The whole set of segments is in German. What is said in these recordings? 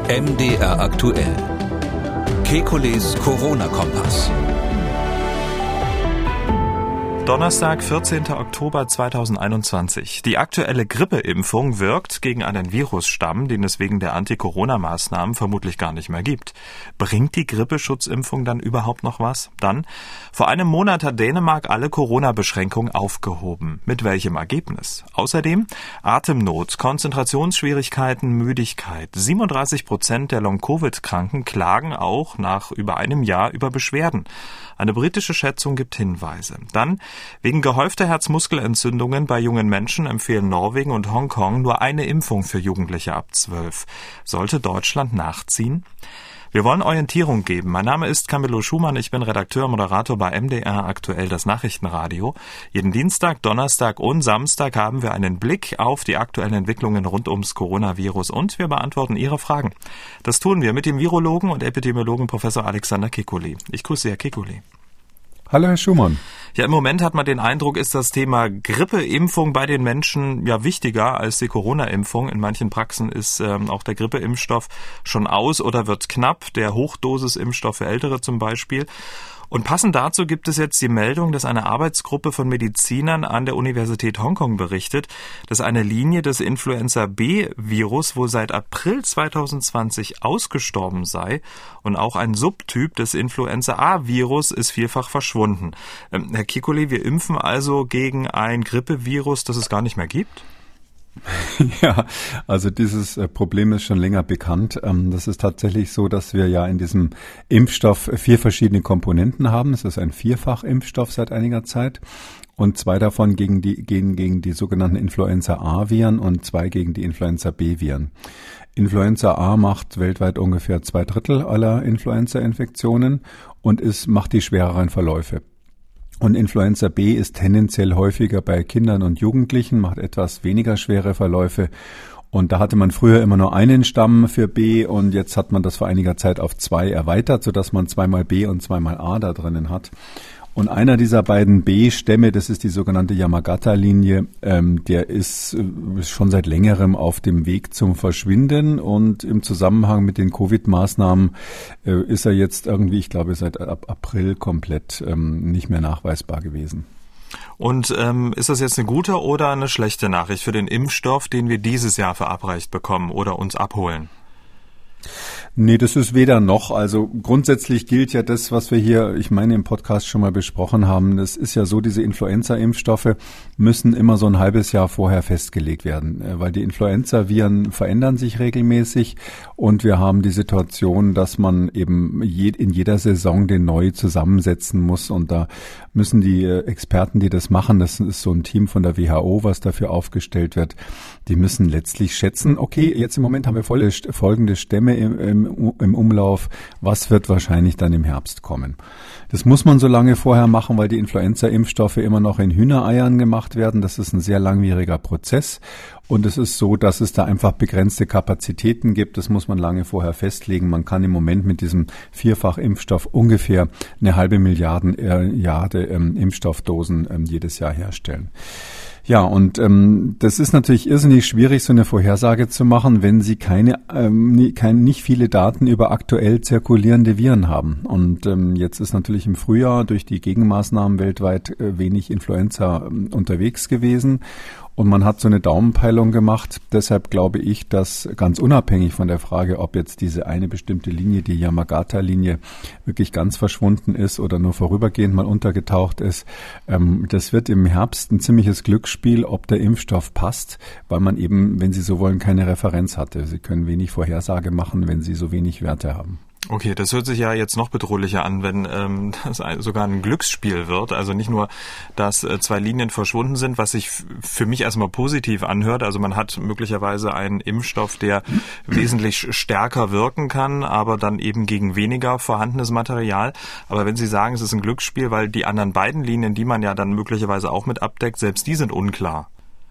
MDR aktuell. Kekules Corona-Kompass. Donnerstag, 14. Oktober 2021. Die aktuelle Grippeimpfung wirkt gegen einen Virusstamm, den es wegen der Anti-Corona-Maßnahmen vermutlich gar nicht mehr gibt. Bringt die Grippeschutzimpfung dann überhaupt noch was? Dann, vor einem Monat hat Dänemark alle Corona-Beschränkungen aufgehoben. Mit welchem Ergebnis? Außerdem Atemnot, Konzentrationsschwierigkeiten, Müdigkeit. 37% der Long-Covid-Kranken klagen auch nach über einem Jahr über Beschwerden. Eine britische Schätzung gibt Hinweise. Dann, wegen gehäufter Herzmuskelentzündungen bei jungen Menschen empfehlen Norwegen und Hongkong nur eine Impfung für Jugendliche ab 12. Sollte Deutschland nachziehen? Wir wollen Orientierung geben. Mein Name ist Camillo Schumann. Ich bin Redakteur und Moderator bei MDR aktuell, das Nachrichtenradio. Jeden Dienstag, Donnerstag und Samstag haben wir einen Blick auf die aktuellen Entwicklungen rund ums Coronavirus und wir beantworten Ihre Fragen. Das tun wir mit dem Virologen und Epidemiologen Professor Alexander Kekulé. Ich grüße Herr Kekulé. Hallo Herr Schumann. Ja, im Moment hat man den Eindruck, ist das Thema Grippeimpfung bei den Menschen ja wichtiger als die Corona-Impfung. In manchen Praxen ist auch der Grippeimpfstoff schon aus oder wird knapp, der Hochdosisimpfstoff für Ältere zum Beispiel. Und passend dazu gibt es jetzt die Meldung, dass eine Arbeitsgruppe von Medizinern an der Universität Hongkong berichtet, dass eine Linie des Influenza-B-Virus wohl seit April 2020 ausgestorben sei und auch ein Subtyp des Influenza-A-Virus ist vielfach verschwunden. Herr Kekulé, wir impfen also gegen ein Grippevirus, das es gar nicht mehr gibt? Ja, also dieses Problem ist schon länger bekannt. Das ist tatsächlich so, dass wir ja in diesem Impfstoff 4 verschiedene Komponenten haben. Es ist ein Vierfach-Impfstoff seit einiger Zeit und 2 davon gehen gegen die sogenannten Influenza-A-Viren und 2 gegen die Influenza-B-Viren. Influenza A macht weltweit ungefähr 2/3 aller Influenza-Infektionen und macht die schwereren Verläufe. Und Influenza B ist tendenziell häufiger bei Kindern und Jugendlichen, macht etwas weniger schwere Verläufe. Und da hatte man früher immer nur einen Stamm für B und jetzt hat man das vor einiger Zeit auf 2 erweitert, sodass man 2-mal B und 2-mal A da drinnen hat. Und einer dieser beiden B-Stämme, das ist die sogenannte Yamagata-Linie, der ist schon seit längerem auf dem Weg zum Verschwinden und im Zusammenhang mit den Covid-Maßnahmen ist er jetzt irgendwie, ich glaube, seit April komplett nicht mehr nachweisbar gewesen. Und ist das jetzt eine gute oder eine schlechte Nachricht für den Impfstoff, den wir dieses Jahr verabreicht bekommen oder uns abholen? Nee, das ist weder noch. Also grundsätzlich gilt ja das, was wir hier, ich meine, im Podcast schon mal besprochen haben. Das ist ja so, diese Influenza-Impfstoffe müssen immer so ein halbes Jahr vorher festgelegt werden, weil die Influenza-Viren verändern sich regelmäßig und wir haben die Situation, dass man eben in jeder Saison den neu zusammensetzen muss und da müssen die Experten, die das machen, das ist so ein Team von der WHO, was dafür aufgestellt wird, die müssen letztlich schätzen, okay, jetzt im Moment haben wir folgende Stämme im Umlauf, was wird wahrscheinlich dann im Herbst kommen. Das muss man so lange vorher machen, weil die Influenza-Impfstoffe immer noch in Hühnereiern gemacht werden. Das ist ein sehr langwieriger Prozess und es ist so, dass es da einfach begrenzte Kapazitäten gibt. Das muss man lange vorher festlegen. Man kann im Moment mit diesem Vierfach-Impfstoff ungefähr 1/2 Milliarde Impfstoffdosen jedes Jahr herstellen. Ja, und das ist natürlich irrsinnig schwierig, so eine Vorhersage zu machen, wenn Sie nicht viele Daten über aktuell zirkulierende Viren haben. Und jetzt ist natürlich im Frühjahr durch die Gegenmaßnahmen weltweit wenig Influenza unterwegs gewesen. Und man hat so eine Daumenpeilung gemacht. Deshalb glaube ich, dass ganz unabhängig von der Frage, ob jetzt diese eine bestimmte Linie, die Yamagata-Linie, wirklich ganz verschwunden ist oder nur vorübergehend mal untergetaucht ist, das wird im Herbst ein ziemliches Glücksspiel, ob der Impfstoff passt, weil man eben, wenn Sie so wollen, keine Referenz hatte. Sie können wenig Vorhersage machen, wenn Sie so wenig Werte haben. Okay, das hört sich ja jetzt noch bedrohlicher an, wenn das sogar ein Glücksspiel wird. Also nicht nur, dass 2 Linien verschwunden sind, was sich für mich erstmal positiv anhört. Also man hat möglicherweise einen Impfstoff, der wesentlich stärker wirken kann, aber dann eben gegen weniger vorhandenes Material. Aber wenn Sie sagen, es ist ein Glücksspiel, weil die anderen beiden Linien, die man ja dann möglicherweise auch mit abdeckt, selbst die sind unklar.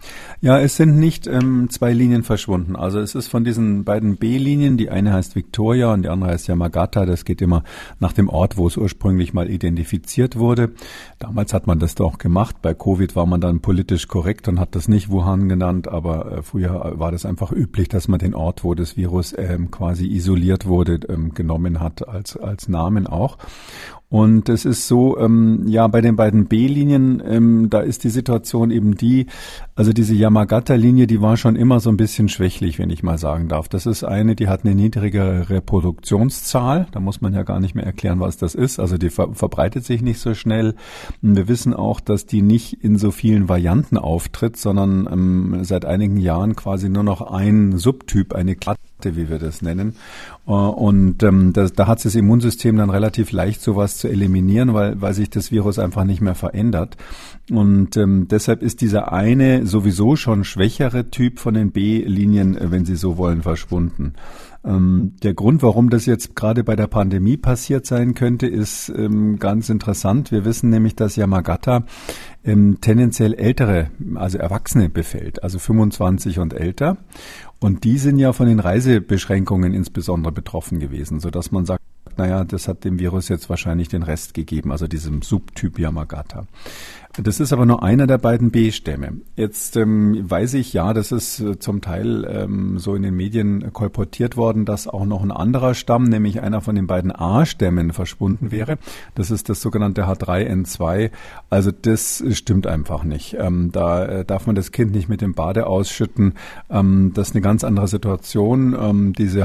Ja, es sind nicht 2 Linien verschwunden. Also es ist von diesen beiden B-Linien, die eine heißt Victoria und die andere heißt Yamagata. Das geht immer nach dem Ort, wo es ursprünglich mal identifiziert wurde. Damals hat man das doch gemacht. Bei Covid war man dann politisch korrekt und hat das nicht Wuhan genannt. Aber früher war das einfach üblich, dass man den Ort, wo das Virus quasi isoliert wurde, genommen hat als Namen auch. Und es ist so, bei den beiden B-Linien, da ist die Situation eben die, also diese Yamagata-Linie, die war schon immer so ein bisschen schwächlich, wenn ich mal sagen darf. Das ist eine, die hat eine niedrigere Reproduktionszahl. Da muss man ja gar nicht mehr erklären, was das ist. Also die verbreitet sich nicht so schnell. Wir wissen auch, dass die nicht in so vielen Varianten auftritt, sondern seit einigen Jahren quasi nur noch ein Subtyp, eine Klasse, wie wir das nennen. Und da hat das Immunsystem dann relativ leicht, sowas zu eliminieren, weil sich das Virus einfach nicht mehr verändert. Und deshalb ist dieser eine sowieso schon schwächere Typ von den B-Linien, wenn Sie so wollen, verschwunden. Der Grund, warum das jetzt gerade bei der Pandemie passiert sein könnte, ist ganz interessant. Wir wissen nämlich, dass Yamagata tendenziell ältere, also Erwachsene befällt, also 25 und älter. Und die sind ja von den Reisebeschränkungen insbesondere betroffen gewesen, sodass man sagt, naja, das hat dem Virus jetzt wahrscheinlich den Rest gegeben, also diesem Subtyp Yamagata. Das ist aber nur einer der beiden B-Stämme. Jetzt weiß ich, ja, das ist zum Teil so in den Medien kolportiert worden, dass auch noch ein anderer Stamm, nämlich einer von den beiden A-Stämmen verschwunden wäre. Das ist das sogenannte H3N2. Also das stimmt einfach nicht. Da darf man das Kind nicht mit dem Bade ausschütten. Das ist eine ganz andere Situation. Diese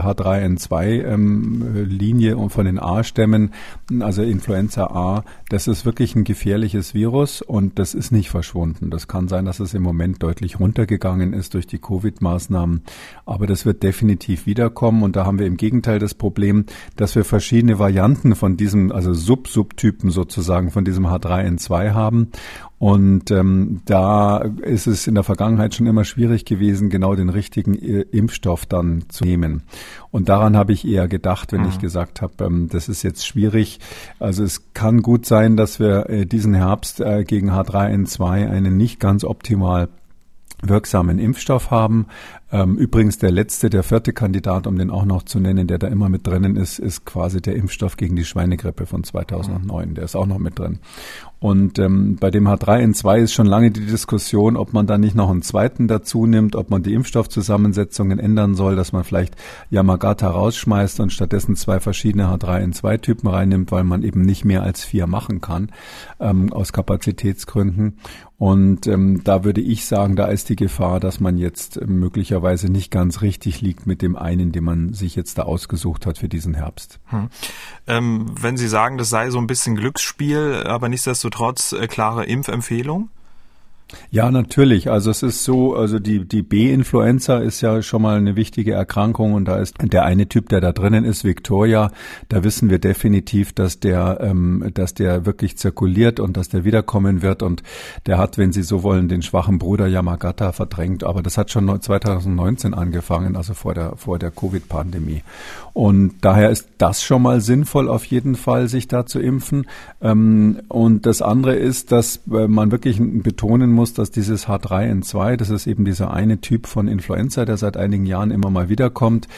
H3N2-Linie von den A-Stämmen, also Influenza A, das ist wirklich ein gefährliches Virus. Und das ist nicht verschwunden. Das kann sein, dass es im Moment deutlich runtergegangen ist durch die Covid-Maßnahmen. Aber das wird definitiv wiederkommen. Und da haben wir im Gegenteil das Problem, dass wir verschiedene Varianten von diesem, also Subtypen sozusagen von diesem H3N2 haben. Und da ist es in der Vergangenheit schon immer schwierig gewesen, genau den richtigen Impfstoff dann zu nehmen. Und daran habe ich eher gedacht, wenn ich gesagt habe, das ist jetzt schwierig. Also es kann gut sein, dass wir diesen Herbst gegen H3N2 einen nicht ganz optimal wirksamen Impfstoff haben. Übrigens der 4. Kandidat, um den auch noch zu nennen, der da immer mit drinnen ist quasi der Impfstoff gegen die Schweinegrippe von 2009. Der ist auch noch mit drin. Und bei dem H3N2 ist schon lange die Diskussion, ob man da nicht noch einen zweiten dazu nimmt, ob man die Impfstoffzusammensetzungen ändern soll, dass man vielleicht Yamagata rausschmeißt und stattdessen 2 verschiedene H3N2-Typen reinnimmt, weil man eben nicht mehr als 4 machen kann, aus Kapazitätsgründen. Und da würde ich sagen, da ist die Gefahr, dass man jetzt möglicherweise nicht ganz richtig liegt mit dem einen, den man sich jetzt da ausgesucht hat für diesen Herbst. Wenn Sie sagen, das sei so ein bisschen Glücksspiel, aber nichtsdestotrotz klare Impfempfehlung? Ja, natürlich. Also es ist so, also die B-Influenza ist ja schon mal eine wichtige Erkrankung und da ist der eine Typ, der da drinnen ist, Victoria, da wissen wir definitiv, dass der wirklich zirkuliert und dass der wiederkommen wird und der hat, wenn Sie so wollen, den schwachen Bruder Yamagata verdrängt, aber das hat schon 2019 angefangen, also vor der Covid-Pandemie. Und daher ist das schon mal sinnvoll, auf jeden Fall sich da zu impfen. Und das andere ist, dass man wirklich betonen muss, dass dieses H3N2, das ist eben dieser eine Typ von Influenza, der seit einigen Jahren immer mal wiederkommt,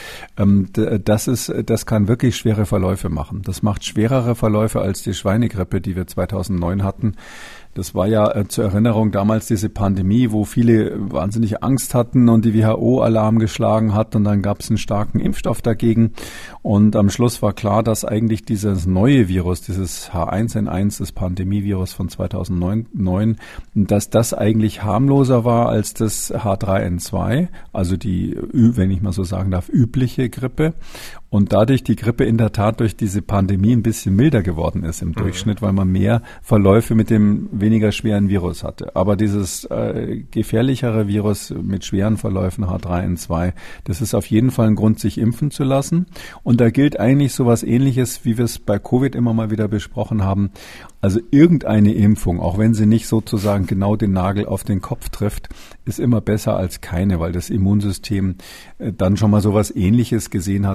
das kann wirklich schwere Verläufe machen. Das macht schwerere Verläufe als die Schweinegrippe, die wir 2009 hatten. Das war ja zur Erinnerung damals diese Pandemie, wo viele wahnsinnig Angst hatten und die WHO Alarm geschlagen hat und dann gab es einen starken Impfstoff dagegen und am Schluss war klar, dass eigentlich dieses neue Virus, dieses H1N1, das Pandemievirus von 2009, dass das eigentlich harmloser war als das H3N2, also die, wenn ich mal so sagen darf, übliche Grippe. Und dadurch die Grippe in der Tat durch diese Pandemie ein bisschen milder geworden ist im Durchschnitt, weil man mehr Verläufe mit dem weniger schweren Virus hatte. Aber dieses gefährlichere Virus mit schweren Verläufen, H3N2, das ist auf jeden Fall ein Grund, sich impfen zu lassen. Und da gilt eigentlich sowas Ähnliches, wie wir es bei Covid immer mal wieder besprochen haben. Also irgendeine Impfung, auch wenn sie nicht sozusagen genau den Nagel auf den Kopf trifft, ist immer besser als keine, weil das Immunsystem dann schon mal sowas Ähnliches gesehen hat und dann werden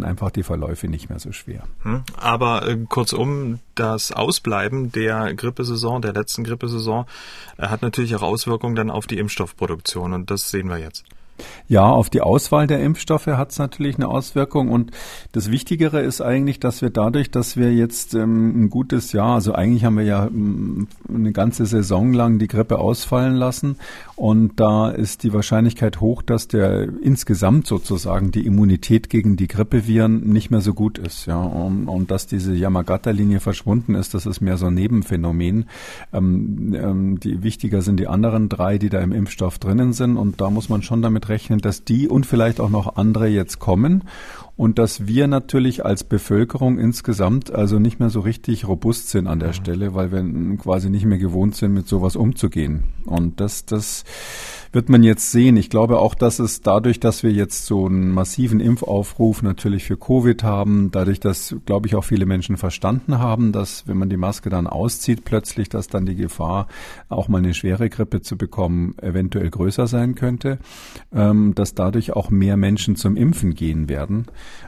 werden einfach die Verläufe nicht mehr so schwer. Aber kurzum, das Ausbleiben der Grippesaison, der letzten Grippesaison, hat natürlich auch Auswirkungen dann auf die Impfstoffproduktion und das sehen wir jetzt. Ja, auf die Auswahl der Impfstoffe hat es natürlich eine Auswirkung und das Wichtigere ist eigentlich, dass wir dadurch, dass wir jetzt ein gutes Jahr, also eigentlich haben wir ja eine ganze Saison lang die Grippe ausfallen lassen und da ist die Wahrscheinlichkeit hoch, dass der insgesamt sozusagen die Immunität gegen die Grippeviren nicht mehr so gut ist, ja, und dass diese Yamagata-Linie verschwunden ist, das ist mehr so ein Nebenphänomen. Die wichtiger sind die anderen 3, die da im Impfstoff drinnen sind und da muss man schon damit rechnen, dass die und vielleicht auch noch andere jetzt kommen und dass wir natürlich als Bevölkerung insgesamt also nicht mehr so richtig robust sind an der Stelle, weil wir quasi nicht mehr gewohnt sind, mit sowas umzugehen. Und das wird man jetzt sehen. Ich glaube auch, dass es dadurch, dass wir jetzt so einen massiven Impfaufruf natürlich für Covid haben, dadurch, dass, glaube ich, auch viele Menschen verstanden haben, dass, wenn man die Maske dann auszieht, plötzlich, dass dann die Gefahr, auch mal eine schwere Grippe zu bekommen, eventuell größer sein könnte, dass dadurch auch mehr Menschen zum Impfen gehen werden.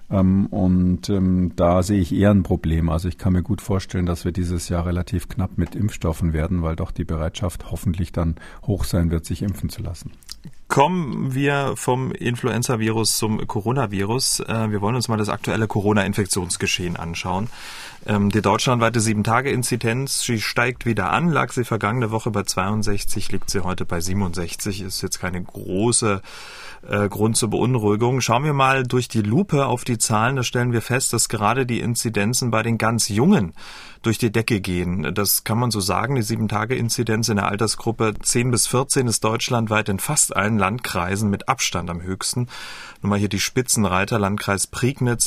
Da sehe ich eher ein Problem. Also ich kann mir gut vorstellen, dass wir dieses Jahr relativ knapp mit Impfstoffen werden, weil doch die Bereitschaft hoffentlich dann hoch sein wird, sich impfen zu lassen. Kommen wir vom Influenza-Virus zum Coronavirus. Wir wollen uns mal das aktuelle Corona-Infektionsgeschehen anschauen. Die deutschlandweite 7-Tage-Inzidenz, sie steigt wieder an, lag sie vergangene Woche bei 62, liegt sie heute bei 67, ist jetzt keine große Grund zur Beunruhigung. Schauen wir mal durch die Lupe auf die Zahlen, da stellen wir fest, dass gerade die Inzidenzen bei den ganz Jungen durch die Decke gehen. Das kann man so sagen. Die 7-Tage-Inzidenz in der Altersgruppe 10 bis 14 ist deutschlandweit in fast allen Landkreisen mit Abstand am höchsten. Nur mal hier die Spitzenreiter, Landkreis Prignitz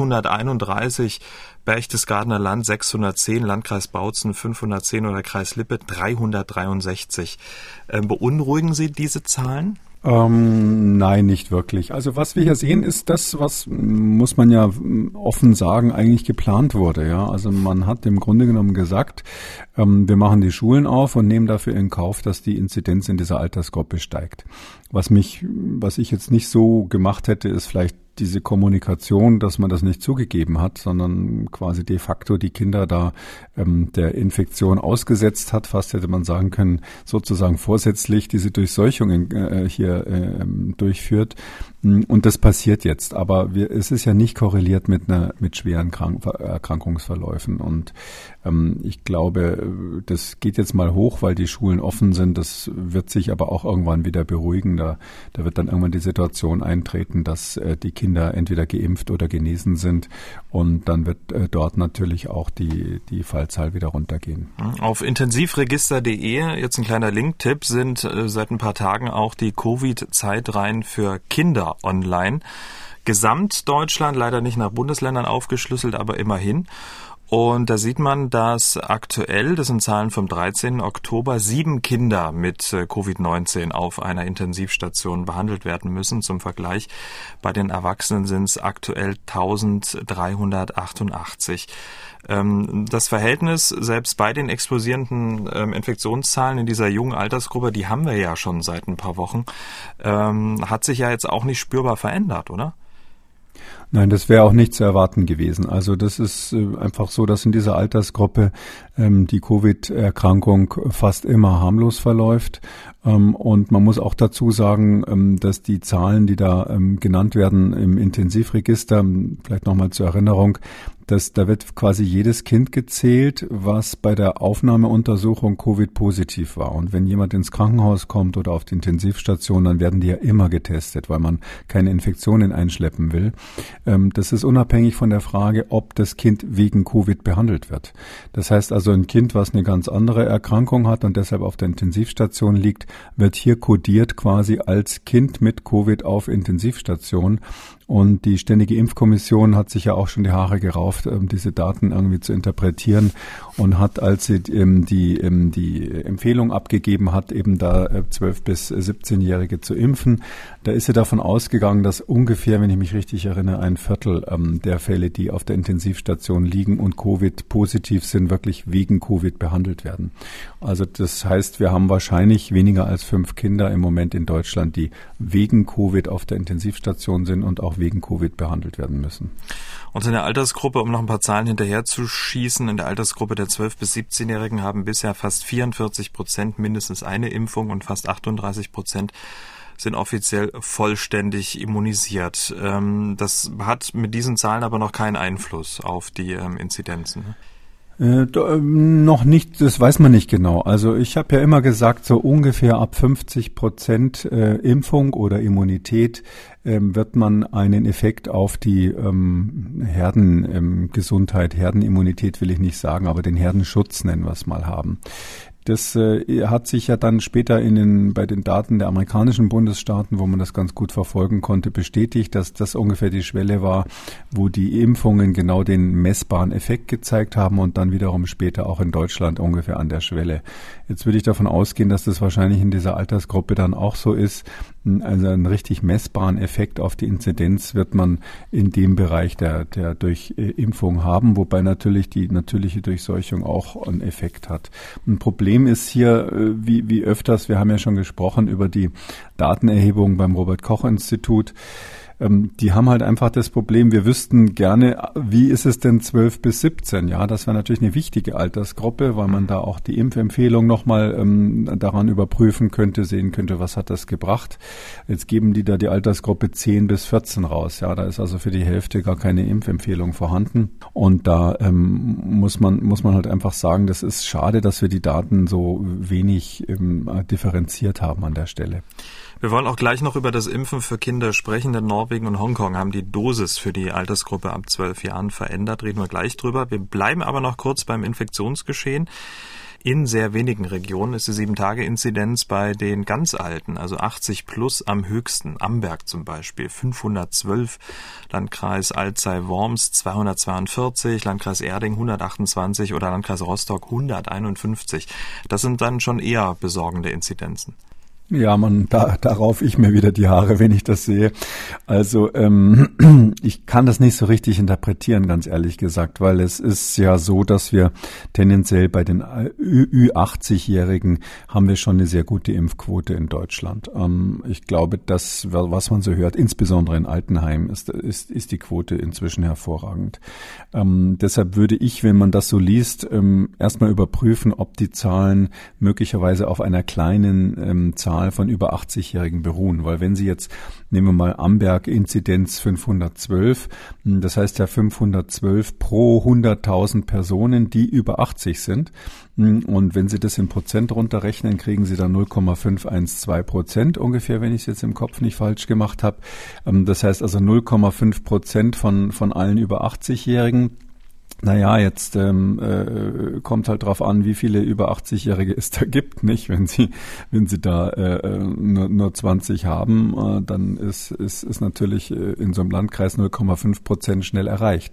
831, Berchtesgadener Land 610, Landkreis Bautzen 510 oder Kreis Lippe 363. Beunruhigen Sie diese Zahlen? Nein, nicht wirklich. Also was wir hier sehen, ist das, was, muss man ja offen sagen, eigentlich geplant wurde. Ja, also man hat im Grunde genommen gesagt, wir machen die Schulen auf und nehmen dafür in Kauf, dass die Inzidenz in dieser Altersgruppe steigt. Was ich jetzt nicht so gemacht hätte, ist vielleicht diese Kommunikation, dass man das nicht zugegeben hat, sondern quasi de facto die Kinder da der Infektion ausgesetzt hat. Fast hätte man sagen können, sozusagen vorsätzlich diese Durchseuchungen hier durchführt. Und das passiert jetzt. Aber es ist ja nicht korreliert mit schweren Erkrankungsverläufen. Und ich glaube, das geht jetzt mal hoch, weil die Schulen offen sind. Das wird sich aber auch irgendwann wieder beruhigen. Da wird dann irgendwann die Situation eintreten, dass die Kinder entweder geimpft oder genesen sind. Und dann wird dort natürlich auch die Fallzahl wieder runtergehen. Auf intensivregister.de, jetzt ein kleiner Linktipp, sind seit ein paar Tagen auch die Covid-Zeitreihen für Kinder online. Gesamtdeutschland, leider nicht nach Bundesländern aufgeschlüsselt, aber immerhin. Und da sieht man, dass aktuell, das sind Zahlen vom 13. Oktober, 7 Kinder mit Covid-19 auf einer Intensivstation behandelt werden müssen. Zum Vergleich, bei den Erwachsenen sind es aktuell 1388. Das Verhältnis, selbst bei den explodierenden Infektionszahlen in dieser jungen Altersgruppe, die haben wir ja schon seit ein paar Wochen, hat sich ja jetzt auch nicht spürbar verändert, oder? Nein, das wäre auch nicht zu erwarten gewesen. Also das ist einfach so, dass in dieser Altersgruppe die Covid-Erkrankung fast immer harmlos verläuft. Und man muss auch dazu sagen, dass die Zahlen, die da genannt werden im Intensivregister, vielleicht nochmal zur Erinnerung, da wird quasi jedes Kind gezählt, was bei der Aufnahmeuntersuchung Covid-positiv war. Und wenn jemand ins Krankenhaus kommt oder auf die Intensivstation, dann werden die ja immer getestet, weil man keine Infektionen einschleppen will. Das ist unabhängig von der Frage, ob das Kind wegen Covid behandelt wird. Das heißt also, ein Kind, was eine ganz andere Erkrankung hat und deshalb auf der Intensivstation liegt, wird hier kodiert quasi als Kind mit Covid auf Intensivstation. Und die Ständige Impfkommission hat sich ja auch schon die Haare gerauft, versucht, diese Daten irgendwie zu interpretieren und hat, als sie die Empfehlung abgegeben hat, eben da 12- bis 17-Jährige zu impfen, da ist sie davon ausgegangen, dass ungefähr, wenn ich mich richtig erinnere, 1/4 der Fälle, die auf der Intensivstation liegen und Covid-positiv sind, wirklich wegen Covid behandelt werden. Also das heißt, wir haben wahrscheinlich weniger als 5 Kinder im Moment in Deutschland, die wegen Covid auf der Intensivstation sind und auch wegen Covid behandelt werden müssen. Und in der Altersgruppe, um noch ein paar Zahlen hinterher zu schießen, in der Altersgruppe der 12- bis 17-Jährigen haben bisher fast 44% mindestens eine Impfung und fast 38% sind offiziell vollständig immunisiert. Das hat mit diesen Zahlen aber noch keinen Einfluss auf die Inzidenzen. Noch nicht, das weiß man nicht genau. Also ich habe ja immer gesagt, so ungefähr ab 50% Impfung oder Immunität wird man einen Effekt auf die Herdengesundheit, Herdenimmunität will ich nicht sagen, aber den Herdenschutz nennen wir es mal haben. Das hat sich ja dann später bei den Daten der amerikanischen Bundesstaaten, wo man das ganz gut verfolgen konnte, bestätigt, dass das ungefähr die Schwelle war, wo die Impfungen genau den messbaren Effekt gezeigt haben und dann wiederum später auch in Deutschland ungefähr an der Schwelle. Jetzt würde ich davon ausgehen, dass das wahrscheinlich in dieser Altersgruppe dann auch so ist. Also einen richtig messbaren Effekt auf die Inzidenz wird man in dem Bereich der durch Impfung haben, wobei natürlich die natürliche Durchseuchung auch einen Effekt hat. Ein Problem ist hier, wie öfters, wir haben ja schon gesprochen über die Datenerhebung beim Robert-Koch-Institut. Die haben halt einfach das Problem, wir wüssten gerne, wie ist es denn 12 bis 17? Ja, das wäre natürlich eine wichtige Altersgruppe, weil man da auch die Impfempfehlung nochmal daran überprüfen könnte, sehen könnte, was hat das gebracht. Jetzt geben die da die Altersgruppe 10 bis 14 raus. Ja, da ist also für die Hälfte gar keine Impfempfehlung vorhanden. Und da muss man halt einfach sagen, das ist schade, dass wir die Daten so wenig differenziert haben an der Stelle. Wir wollen auch gleich noch über das Impfen für Kinder sprechen, denn Norwegen und Hongkong haben die Dosis für die Altersgruppe ab 12 Jahren verändert. Reden wir gleich drüber. Wir bleiben aber noch kurz beim Infektionsgeschehen. In sehr wenigen Regionen ist die 7-Tage-Inzidenz bei den ganz Alten, also 80 plus, am höchsten. Amberg zum Beispiel 512, Landkreis Alzey-Worms 242, Landkreis Erding 128 oder Landkreis Rostock 151. Das sind dann schon eher besorgende Inzidenzen. Ja, da rauf ich mir wieder die Haare, wenn ich das sehe. Also ich kann das nicht so richtig interpretieren, ganz ehrlich gesagt, weil es ist ja so, dass wir tendenziell bei den Ü80-Jährigen haben wir schon eine sehr gute Impfquote in Deutschland. Ich glaube, das, was man so hört, insbesondere in Altenheimen, ist die Quote inzwischen hervorragend. Deshalb würde ich, wenn man das so liest, erstmal überprüfen, ob die Zahlen möglicherweise auf einer kleinen Zahl von über 80-Jährigen beruhen, weil wenn Sie jetzt, nehmen wir mal Amberg, Inzidenz 512, das heißt ja 512 pro 100.000 Personen, die über 80 sind, und wenn Sie das in Prozent runterrechnen, kriegen Sie dann 0,512% ungefähr, wenn ich es jetzt im Kopf nicht falsch gemacht habe. Das heißt also 0,5% von allen über 80-Jährigen. Naja, jetzt kommt halt drauf an, wie viele über 80-Jährige es da gibt, nicht? Wenn Sie da nur 20 haben, dann ist natürlich in so einem Landkreis 0,5% schnell erreicht.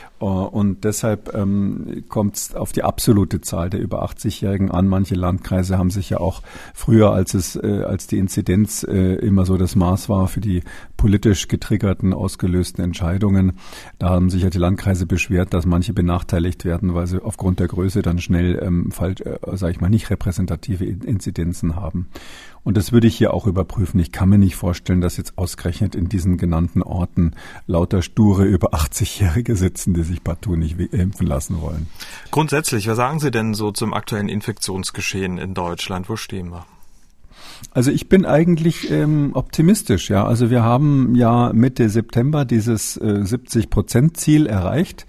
Und deshalb kommt es auf die absolute Zahl der über 80-Jährigen an. Manche Landkreise haben sich ja auch früher, als die Inzidenz immer so das Maß war für die politisch getriggerten, ausgelösten Entscheidungen, da haben sich ja die Landkreise beschwert, dass manche benachteiligt werden, weil sie aufgrund der Größe dann schnell nicht repräsentative Inzidenzen haben. Und das würde ich hier auch überprüfen. Ich kann mir nicht vorstellen, dass jetzt ausgerechnet in diesen genannten Orten lauter sture über 80-Jährige sitzen, die sich partout nicht impfen lassen wollen. Grundsätzlich, was sagen Sie denn so zum aktuellen Infektionsgeschehen in Deutschland? Wo stehen wir? Also ich bin eigentlich optimistisch, ja. Also wir haben ja Mitte September dieses 70%-Ziel erreicht.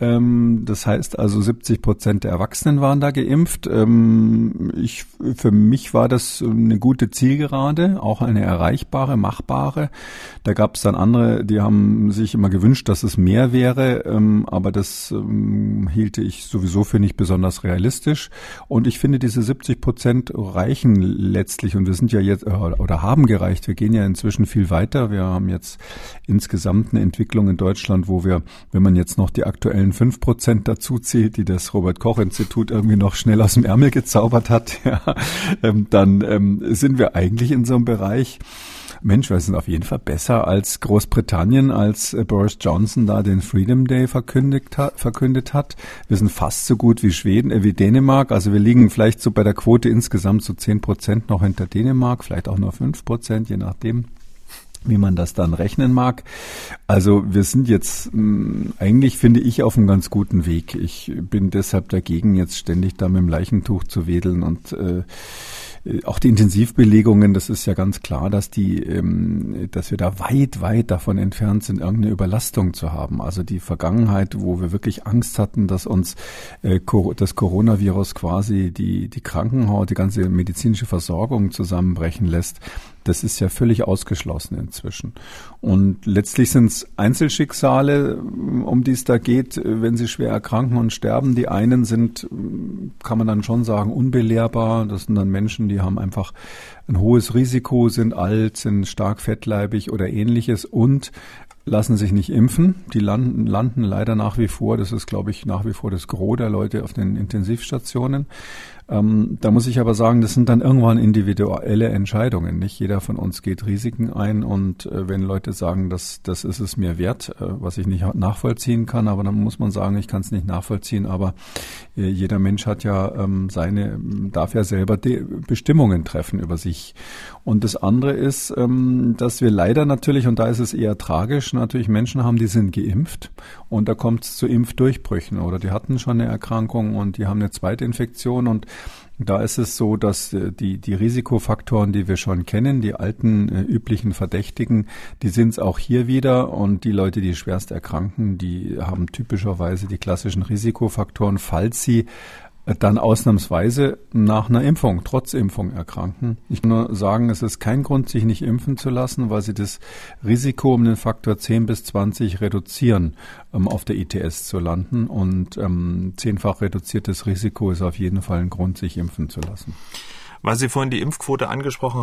Das heißt also 70% der Erwachsenen waren da geimpft. Für mich war das eine gute Zielgerade, auch eine erreichbare, machbare. Da gab es dann andere, die haben sich immer gewünscht, dass es mehr wäre, aber das hielte ich sowieso für nicht besonders realistisch. Und ich finde, diese 70% reichen letztlich und wir sind ja jetzt oder haben gereicht. Wir gehen ja inzwischen viel weiter. Wir haben jetzt insgesamt eine Entwicklung in Deutschland, wo wir, wenn man jetzt noch die aktuellen 5% dazu zählt, die das Robert-Koch-Institut irgendwie noch schnell aus dem Ärmel gezaubert hat, ja, dann sind wir eigentlich in so einem Bereich, Mensch, wir sind auf jeden Fall besser als Großbritannien, als Boris Johnson da den Freedom Day verkündet hat. Wir sind fast so gut wie Schweden, wie Dänemark. Also wir liegen vielleicht so bei der Quote insgesamt so 10% noch hinter Dänemark, vielleicht auch nur 5%, je nachdem, wie man das dann rechnen mag. Also wir sind jetzt eigentlich, finde ich, auf einem ganz guten Weg. Ich bin deshalb dagegen, jetzt ständig da mit dem Leichentuch zu wedeln und auch die Intensivbelegungen, das ist ja ganz klar, dass wir da weit, weit davon entfernt sind, irgendeine Überlastung zu haben. Also die Vergangenheit, wo wir wirklich Angst hatten, dass uns das Coronavirus quasi die Krankenhaus, die ganze medizinische Versorgung zusammenbrechen lässt, das ist ja völlig ausgeschlossen inzwischen. Und letztlich sind es Einzelschicksale, um die es da geht, wenn sie schwer erkranken und sterben. Die einen sind, kann man dann schon sagen, unbelehrbar. Das sind dann Menschen, die haben einfach ein hohes Risiko, sind alt, sind stark fettleibig oder ähnliches und lassen sich nicht impfen. Die landen leider nach wie vor, das ist, glaube ich, nach wie vor das Gros der Leute auf den Intensivstationen. Da muss ich aber sagen, das sind dann irgendwann individuelle Entscheidungen. Nicht jeder von uns geht Risiken ein und wenn Leute sagen, das ist es mir wert, was ich nicht nachvollziehen kann, aber dann muss man sagen, ich kann es nicht nachvollziehen, aber jeder Mensch hat ja darf ja selber Bestimmungen treffen über sich. Und das andere ist, dass wir leider natürlich, und da ist es eher tragisch, natürlich Menschen haben, die sind geimpft und da kommt es zu Impfdurchbrüchen oder die hatten schon eine Erkrankung und die haben eine zweite Infektion und da ist es so, dass die Risikofaktoren, die wir schon kennen, die alten üblichen Verdächtigen, die sind es auch hier wieder und die Leute, die schwerst erkranken, die haben typischerweise die klassischen Risikofaktoren, falls sie dann ausnahmsweise nach einer Impfung, trotz Impfung erkranken. Ich kann nur sagen, es ist kein Grund, sich nicht impfen zu lassen, weil sie das Risiko um den Faktor 10 bis 20 reduzieren, auf der ITS zu landen. Und 10-fach reduziertes Risiko ist auf jeden Fall ein Grund, sich impfen zu lassen. Weil Sie vorhin die Impfquote angesprochen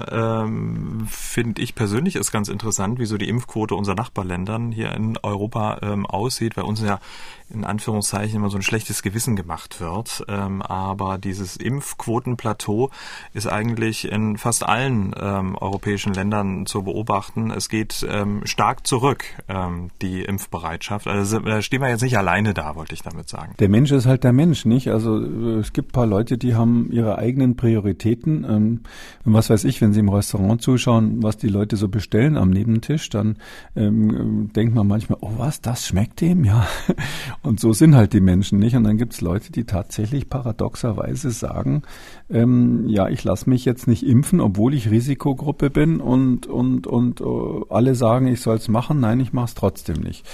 haben, finde ich persönlich ist ganz interessant, wie so die Impfquote unserer Nachbarländern hier in Europa aussieht. Bei uns ja in Anführungszeichen immer so ein schlechtes Gewissen gemacht wird. Aber dieses Impfquotenplateau ist eigentlich in fast allen europäischen Ländern zu beobachten. Es geht stark zurück, die Impfbereitschaft. Also da stehen wir jetzt nicht alleine da, wollte ich damit sagen. Der Mensch ist halt der Mensch, nicht? Also es gibt ein paar Leute, die haben ihre eigenen Prioritäten. Was weiß ich, wenn Sie im Restaurant zuschauen, was die Leute so bestellen am Nebentisch, dann denkt man manchmal, oh was, das schmeckt dem? Ja. Und so sind halt die Menschen nicht. Und dann gibt es Leute, die tatsächlich paradoxerweise sagen, ja, ich lasse mich jetzt nicht impfen, obwohl ich Risikogruppe bin und alle sagen, ich soll es machen. Nein, ich mache es trotzdem nicht.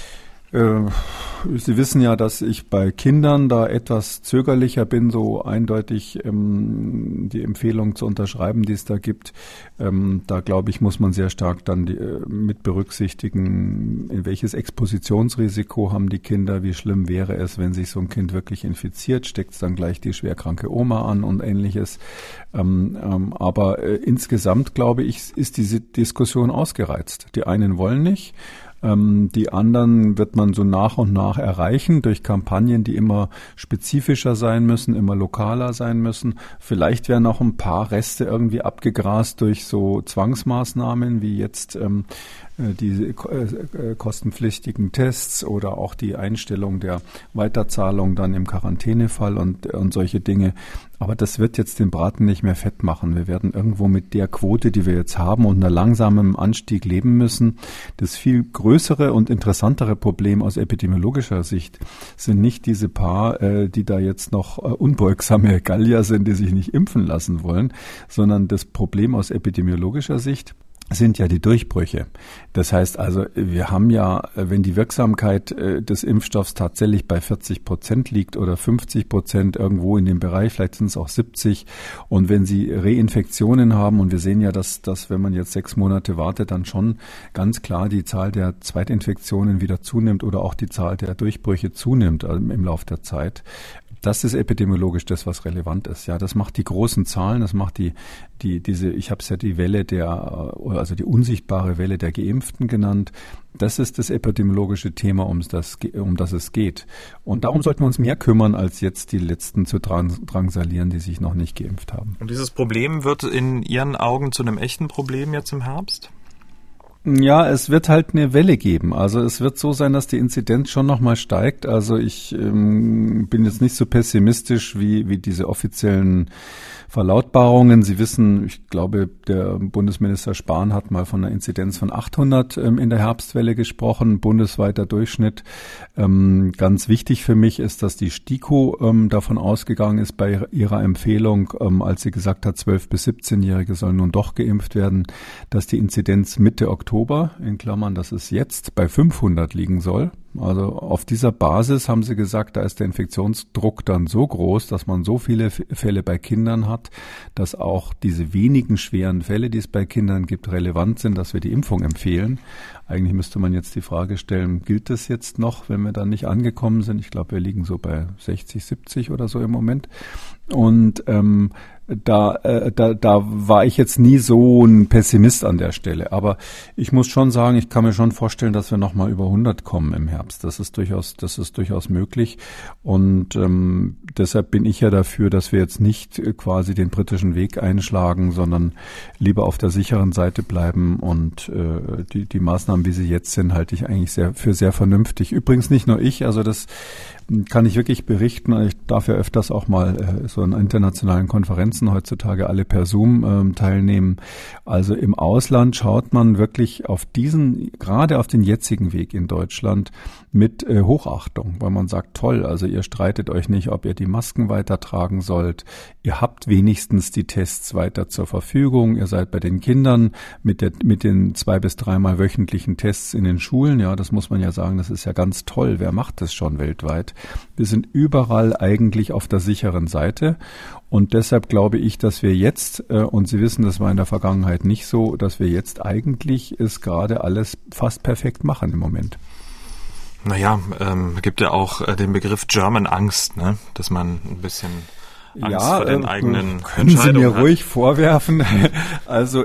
Sie wissen ja, dass ich bei Kindern da etwas zögerlicher bin, so eindeutig die Empfehlung zu unterschreiben, die es da gibt. Da glaube ich, muss man sehr stark dann mit berücksichtigen, in welches Expositionsrisiko haben die Kinder, wie schlimm wäre es, wenn sich so ein Kind wirklich infiziert, steckt es dann gleich die schwerkranke Oma an und ähnliches. Aber insgesamt, glaube ich, ist diese Diskussion ausgereizt. Die einen wollen nicht. Die anderen wird man so nach und nach erreichen durch Kampagnen, die immer spezifischer sein müssen, immer lokaler sein müssen. Vielleicht werden auch ein paar Reste irgendwie abgegrast durch so Zwangsmaßnahmen wie jetzt die kostenpflichtigen Tests oder auch die Einstellung der Weiterzahlung dann im Quarantänefall und solche Dinge. Aber das wird jetzt den Braten nicht mehr fett machen. Wir werden irgendwo mit der Quote, die wir jetzt haben und einer langsamen Anstieg leben müssen. Das viel größere und interessantere Problem aus epidemiologischer Sicht sind nicht diese paar, die da jetzt noch unbeugsame Gallier sind, die sich nicht impfen lassen wollen, sondern das Problem aus epidemiologischer Sicht sind ja die Durchbrüche. Das heißt also, wir haben ja, wenn die Wirksamkeit des Impfstoffs tatsächlich bei 40% liegt oder 50% irgendwo in dem Bereich, vielleicht sind es auch 70%, und wenn Sie Reinfektionen haben, und wir sehen ja, dass wenn man jetzt 6 Monate wartet, dann schon ganz klar die Zahl der Zweitinfektionen wieder zunimmt oder auch die Zahl der Durchbrüche zunimmt im Lauf der Zeit, Das ist epidemiologisch das, was relevant ist. Ja, das macht die großen Zahlen, das macht diese, ich habe es ja die Welle also die unsichtbare Welle der Geimpften genannt. Das ist das epidemiologische Thema, um das es geht. Und darum sollten wir uns mehr kümmern, als jetzt die Letzten zu drangsalieren, die sich noch nicht geimpft haben. Und dieses Problem wird in Ihren Augen zu einem echten Problem jetzt im Herbst? Ja, es wird halt eine Welle geben. Also es wird so sein, dass die Inzidenz schon nochmal steigt. Also ich bin jetzt nicht so pessimistisch wie diese offiziellen Verlautbarungen. Sie wissen, ich glaube, der Bundesminister Spahn hat mal von einer Inzidenz von 800 in der Herbstwelle gesprochen, bundesweiter Durchschnitt. Ganz wichtig für mich ist, dass die STIKO davon ausgegangen ist bei ihrer Empfehlung, als sie gesagt hat, 12- bis 17-Jährige sollen nun doch geimpft werden, dass die Inzidenz Mitte Oktober, in Klammern, dass es jetzt bei 500 liegen soll. Also auf dieser Basis haben sie gesagt, da ist der Infektionsdruck dann so groß, dass man so viele Fälle bei Kindern hat, dass auch diese wenigen schweren Fälle, die es bei Kindern gibt, relevant sind, dass wir die Impfung empfehlen. Eigentlich müsste man jetzt die Frage stellen, gilt das jetzt noch, wenn wir dann nicht angekommen sind? Ich glaube, wir liegen so bei 60, 70 oder so im Moment. Und da war ich jetzt nie so ein Pessimist an der Stelle. Aber ich muss schon sagen, ich kann mir schon vorstellen, dass wir nochmal über 100 kommen im Herbst. Das ist durchaus möglich. Und deshalb bin ich ja dafür, dass wir jetzt nicht quasi den britischen Weg einschlagen, sondern lieber auf der sicheren Seite bleiben. Und die Maßnahmen, wie sie jetzt sind, halte ich eigentlich für sehr vernünftig. Übrigens nicht nur ich, also das kann ich wirklich berichten. Ich darf ja öfters auch mal so an internationalen Konferenzen heutzutage alle per Zoom teilnehmen. Also im Ausland schaut man wirklich gerade auf den jetzigen Weg in Deutschland mit Hochachtung, weil man sagt, toll, also ihr streitet euch nicht, ob ihr die Masken weiter tragen sollt. Ihr habt wenigstens die Tests weiter zur Verfügung. Ihr seid bei den Kindern mit den 2- bis 3-mal wöchentlichen Tests in den Schulen. Ja, das muss man ja sagen, das ist ja ganz toll. Wer macht das schon weltweit? Wir sind überall eigentlich auf der sicheren Seite. Und deshalb glaube ich, dass wir jetzt, und Sie wissen, das war in der Vergangenheit nicht so, dass wir jetzt eigentlich es gerade alles fast perfekt machen im Moment. Naja, gibt ja auch den Begriff German Angst, ne? Dass man ein bisschen Angst vor den eigenen können Sie mir ruhig vorwerfen. Also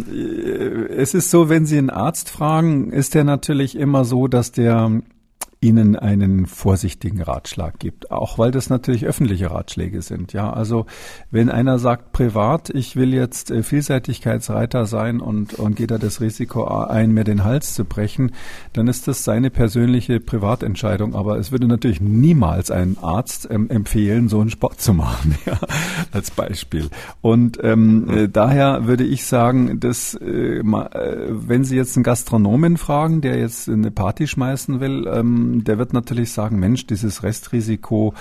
es ist so, wenn Sie einen Arzt fragen, ist der natürlich immer so, dass der Ihnen einen vorsichtigen Ratschlag gibt, auch weil das natürlich öffentliche Ratschläge sind. Ja, also wenn einer sagt privat, ich will jetzt Vielseitigkeitsreiter sein und geht da das Risiko ein, mir den Hals zu brechen, dann ist das seine persönliche Privatentscheidung. Aber es würde natürlich niemals einen Arzt empfehlen, so einen Sport zu machen, ja, als Beispiel. Und daher würde ich sagen, dass wenn Sie jetzt einen Gastronomen fragen, der jetzt eine Party schmeißen will, der wird natürlich sagen, Mensch, dieses Restrisiko,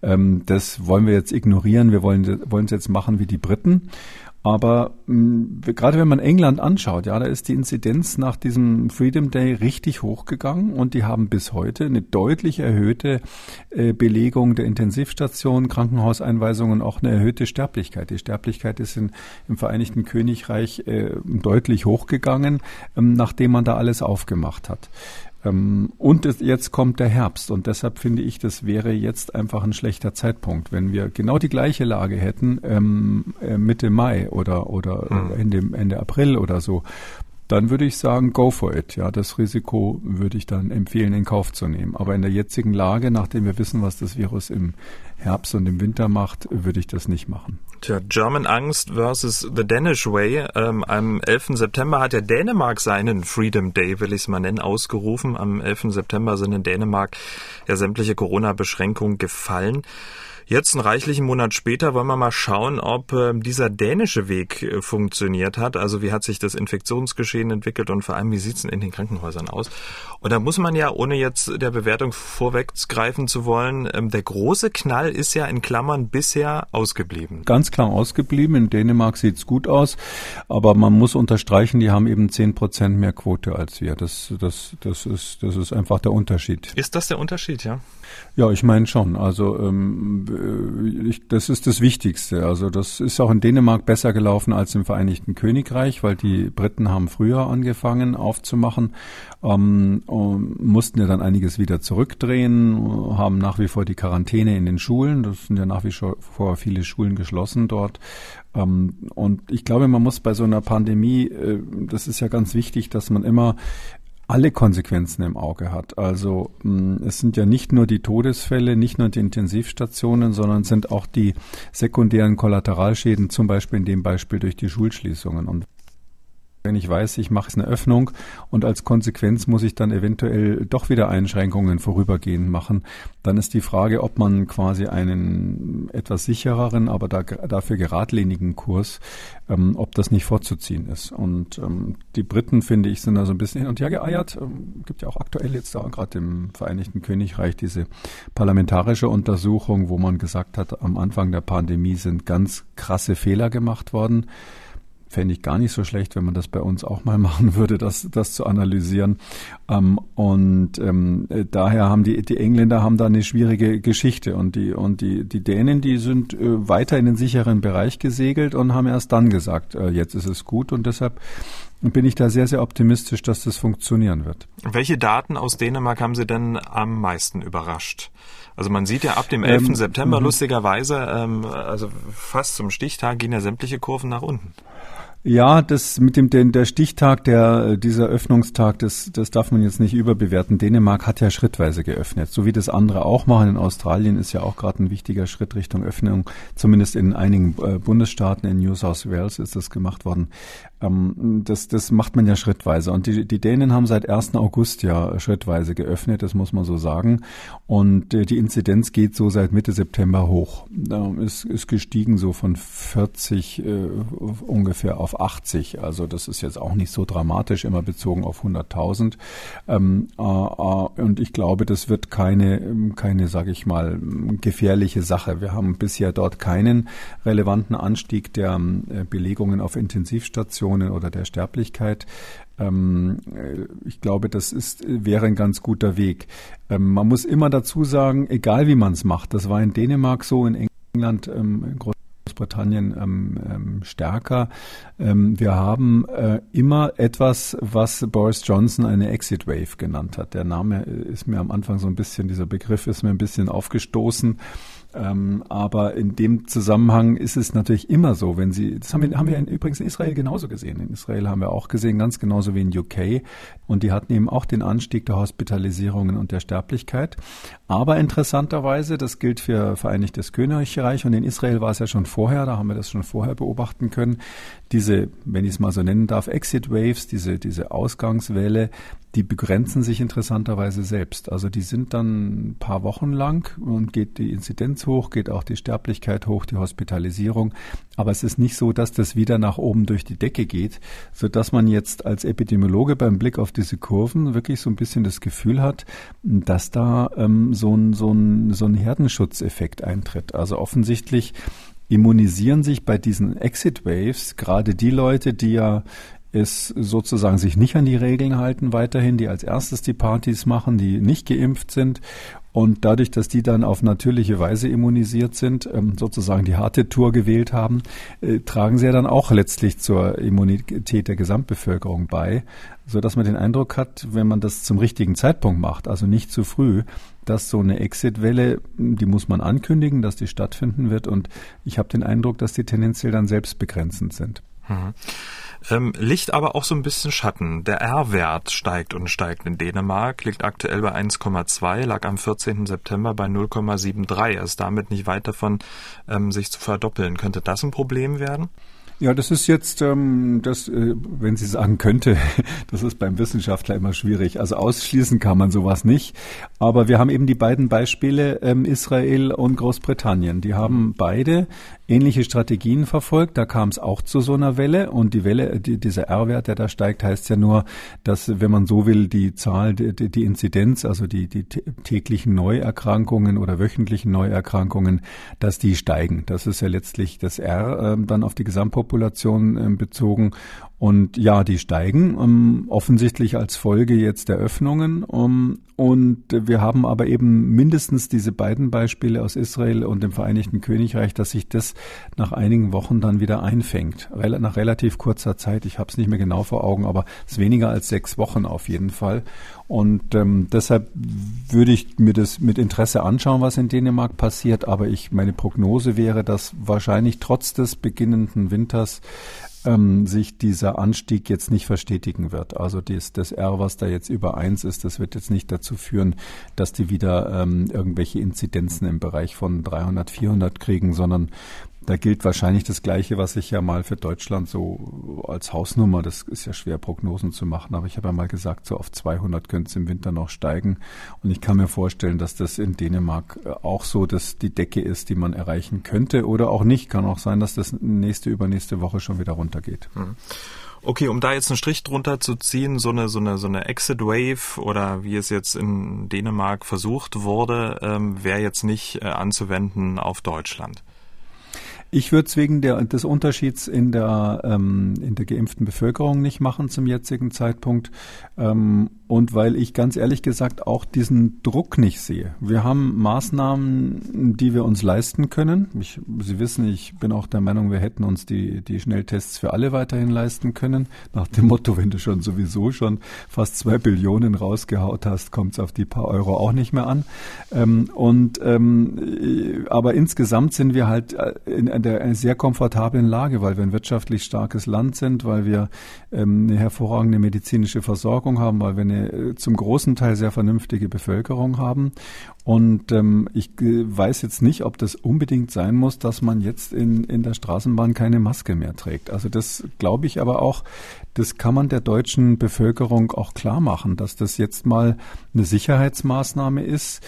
das wollen wir jetzt ignorieren, wir wollen es jetzt machen wie die Briten. Aber gerade wenn man England anschaut, ja, da ist die Inzidenz nach diesem Freedom Day richtig hochgegangen und die haben bis heute eine deutlich erhöhte Belegung der Intensivstationen, Krankenhauseinweisungen, auch eine erhöhte Sterblichkeit. Die Sterblichkeit ist im Vereinigten Königreich deutlich hochgegangen, nachdem man da alles aufgemacht hat. Und jetzt kommt der Herbst und deshalb finde ich, das wäre jetzt einfach ein schlechter Zeitpunkt. Wenn wir genau die gleiche Lage hätten, Mitte Mai oder Ende April oder so, dann würde ich sagen, go for it. Ja, das Risiko würde ich dann empfehlen, in Kauf zu nehmen. Aber in der jetzigen Lage, nachdem wir wissen, was das Virus im Herbst und im Winter macht, würde ich das nicht machen. Tja, German Angst versus the Danish Way. Am 11. September hat ja Dänemark seinen Freedom Day, will ich es mal nennen, ausgerufen. Am 11. September sind in Dänemark ja sämtliche Corona-Beschränkungen gefallen. Jetzt, einen reichlichen Monat später, wollen wir mal schauen, ob dieser dänische Weg funktioniert hat. Also wie hat sich das Infektionsgeschehen entwickelt und vor allem, wie sieht es denn in den Krankenhäusern aus? Und da muss man ja, ohne jetzt der Bewertung vorweggreifen zu wollen, der große Knall ist ja in Klammern bisher ausgeblieben. Ganz klar ausgeblieben. In Dänemark sieht's gut aus, aber man muss unterstreichen, die haben eben 10% mehr Quote als wir. Das ist einfach der Unterschied. Ist das der Unterschied, ja? Ja, ich meine schon. Also das ist das Wichtigste. Also das ist auch in Dänemark besser gelaufen als im Vereinigten Königreich, weil die Briten haben früher angefangen aufzumachen, und mussten ja dann einiges wieder zurückdrehen, haben nach wie vor die Quarantäne in den Schulen. Das sind ja nach wie vor viele Schulen geschlossen dort. Und ich glaube, man muss bei so einer Pandemie, das ist ja ganz wichtig, dass man immer alle Konsequenzen im Auge hat. Also es sind ja nicht nur die Todesfälle, nicht nur die Intensivstationen, sondern es sind auch die sekundären Kollateralschäden, zum Beispiel in dem Beispiel durch die Schulschließungen. Und wenn ich weiß, ich mache jetzt eine Öffnung und als Konsequenz muss ich dann eventuell doch wieder Einschränkungen vorübergehend machen, dann ist die Frage, ob man quasi einen etwas sichereren, aber dafür geradlinigen Kurs, ob das nicht vorzuziehen ist. Und die Briten, finde ich, sind da so ein bisschen hin und her geeiert. Gibt ja auch aktuell jetzt da gerade im Vereinigten Königreich diese parlamentarische Untersuchung, wo man gesagt hat, am Anfang der Pandemie sind ganz krasse Fehler gemacht worden. Fände ich gar nicht so schlecht, wenn man das bei uns auch mal machen würde, das zu analysieren. Daher haben die Engländer haben da eine schwierige Geschichte und die Dänen, die sind weiter in den sicheren Bereich gesegelt und haben erst dann gesagt, jetzt ist es gut, und deshalb bin ich da sehr, sehr optimistisch, dass das funktionieren wird. Welche Daten aus Dänemark haben Sie denn am meisten überrascht? Also man sieht ja ab dem 11. September lustigerweise, also fast zum Stichtag gehen ja sämtliche Kurven nach unten. Ja, das mit der Stichtag, dieser Öffnungstag, das darf man jetzt nicht überbewerten. Dänemark hat ja schrittweise geöffnet, so wie das andere auch machen. In Australien ist ja auch gerade ein wichtiger Schritt Richtung Öffnung. Zumindest in einigen Bundesstaaten, in New South Wales ist das gemacht worden. Das macht man ja schrittweise. Und die Dänen haben seit 1. August ja schrittweise geöffnet, das muss man so sagen. Und die Inzidenz geht so seit Mitte September hoch. Ist gestiegen so von 40 ungefähr auf 80. Also das ist jetzt auch nicht so dramatisch, immer bezogen auf 100.000. Und ich glaube, das wird keine, sage ich mal, gefährliche Sache. Wir haben bisher dort keinen relevanten Anstieg der Belegungen auf Intensivstationen oder der Sterblichkeit. Ich glaube, wäre ein ganz guter Weg. Man muss immer dazu sagen, egal wie man es macht, das war in Dänemark so, in England, in Großbritannien stärker. Wir haben immer etwas, was Boris Johnson eine Exit Wave genannt hat. Der Name ist mir am Anfang so ein bisschen, dieser Begriff ist mir ein bisschen aufgestoßen. Aber in dem Zusammenhang ist es natürlich immer so, das haben wir übrigens in Israel genauso gesehen. In Israel haben wir auch gesehen, ganz genauso wie in UK. Und die hatten eben auch den Anstieg der Hospitalisierungen und der Sterblichkeit. Aber interessanterweise, das gilt für Vereinigtes Königreich und in Israel war es ja schon vorher, da haben wir das schon vorher beobachten können, diese, wenn ich es mal so nennen darf, Exit Waves, diese Ausgangswelle, die begrenzen sich interessanterweise selbst. Also die sind dann ein paar Wochen lang und geht die Inzidenz hoch, geht auch die Sterblichkeit hoch, die Hospitalisierung. Aber es ist nicht so, dass das wieder nach oben durch die Decke geht, sodass man jetzt als Epidemiologe beim Blick auf diese Kurven wirklich so ein bisschen das Gefühl hat, dass da so ein Herdenschutzeffekt eintritt. Also offensichtlich immunisieren sich bei diesen Exit Waves gerade die Leute, die ja es sozusagen sich nicht an die Regeln halten weiterhin, die als erstes die Partys machen, die nicht geimpft sind. Und dadurch, dass die dann auf natürliche Weise immunisiert sind, sozusagen die harte Tour gewählt haben, tragen sie ja dann auch letztlich zur Immunität der Gesamtbevölkerung bei, sodass man den Eindruck hat, wenn man das zum richtigen Zeitpunkt macht, also nicht zu früh, dass so eine Exit-Welle, die muss man ankündigen, dass die stattfinden wird. Und ich habe den Eindruck, dass die tendenziell dann selbstbegrenzend sind. Licht aber auch so ein bisschen Schatten. Der R-Wert steigt und steigt in Dänemark, liegt aktuell bei 1,2, lag am 14. September bei 0,73. Er ist damit nicht weit davon, sich zu verdoppeln. Könnte das ein Problem werden? Ja, das ist jetzt, wenn Sie sagen könnte, das ist beim Wissenschaftler immer schwierig. Also ausschließen kann man sowas nicht. Aber wir haben eben die beiden Beispiele, Israel und Großbritannien. Die haben beide ähnliche Strategien verfolgt. Da kam es auch zu so einer Welle. Und die Welle, dieser R-Wert, der da steigt, heißt ja nur, dass, wenn man so will, die Zahl, die Inzidenz, also die täglichen Neuerkrankungen oder wöchentlichen Neuerkrankungen, dass die steigen. Das ist ja letztlich das R dann auf die Gesamtpopulation bezogen. Und ja, die steigen, offensichtlich als Folge jetzt der Öffnungen. Und wir haben aber eben mindestens diese beiden Beispiele aus Israel und dem Vereinigten Königreich, dass sich das nach einigen Wochen dann wieder einfängt. Nach relativ kurzer Zeit. Ich habe es nicht mehr genau vor Augen, aber es ist weniger als 6 Wochen auf jeden Fall. Und deshalb würde ich mir das mit Interesse anschauen, was in Dänemark passiert. Aber meine Prognose wäre, dass wahrscheinlich trotz des beginnenden Winters sich dieser Anstieg jetzt nicht verstetigen wird. Also das R, was da jetzt über 1 ist, das wird jetzt nicht dazu führen, dass die wieder irgendwelche Inzidenzen im Bereich von 300, 400 kriegen, sondern da gilt wahrscheinlich das Gleiche, was ich ja mal für Deutschland so als Hausnummer, das ist ja schwer Prognosen zu machen, aber ich habe ja mal gesagt, so auf 200 könnte es im Winter noch steigen. Und ich kann mir vorstellen, dass das in Dänemark auch so die Decke ist, die man erreichen könnte oder auch nicht. Kann auch sein, dass das übernächste Woche schon wieder runtergeht. Okay, um da jetzt einen Strich drunter zu ziehen, so eine Exit Wave oder wie es jetzt in Dänemark versucht wurde, wäre jetzt nicht anzuwenden auf Deutschland. Ich würde es wegen des Unterschieds in der geimpften Bevölkerung nicht machen zum jetzigen Zeitpunkt. Und weil ich ganz ehrlich gesagt auch diesen Druck nicht sehe. Wir haben Maßnahmen, die wir uns leisten können. Sie wissen, ich bin auch der Meinung, wir hätten uns die Schnelltests für alle weiterhin leisten können. Nach dem Motto, wenn du sowieso schon fast 2 Billionen rausgehaut hast, kommt es auf die paar Euro auch nicht mehr an. Aber insgesamt sind wir halt in einer sehr komfortablen Lage, weil wir ein wirtschaftlich starkes Land sind, weil wir eine hervorragende medizinische Versorgung haben, weil wir eine zum großen Teil sehr vernünftige Bevölkerung haben. Und ich weiß jetzt nicht, ob das unbedingt sein muss, dass man jetzt in der Straßenbahn keine Maske mehr trägt. Also das glaube ich aber auch, das kann man der deutschen Bevölkerung auch klar machen, dass das jetzt mal eine Sicherheitsmaßnahme ist,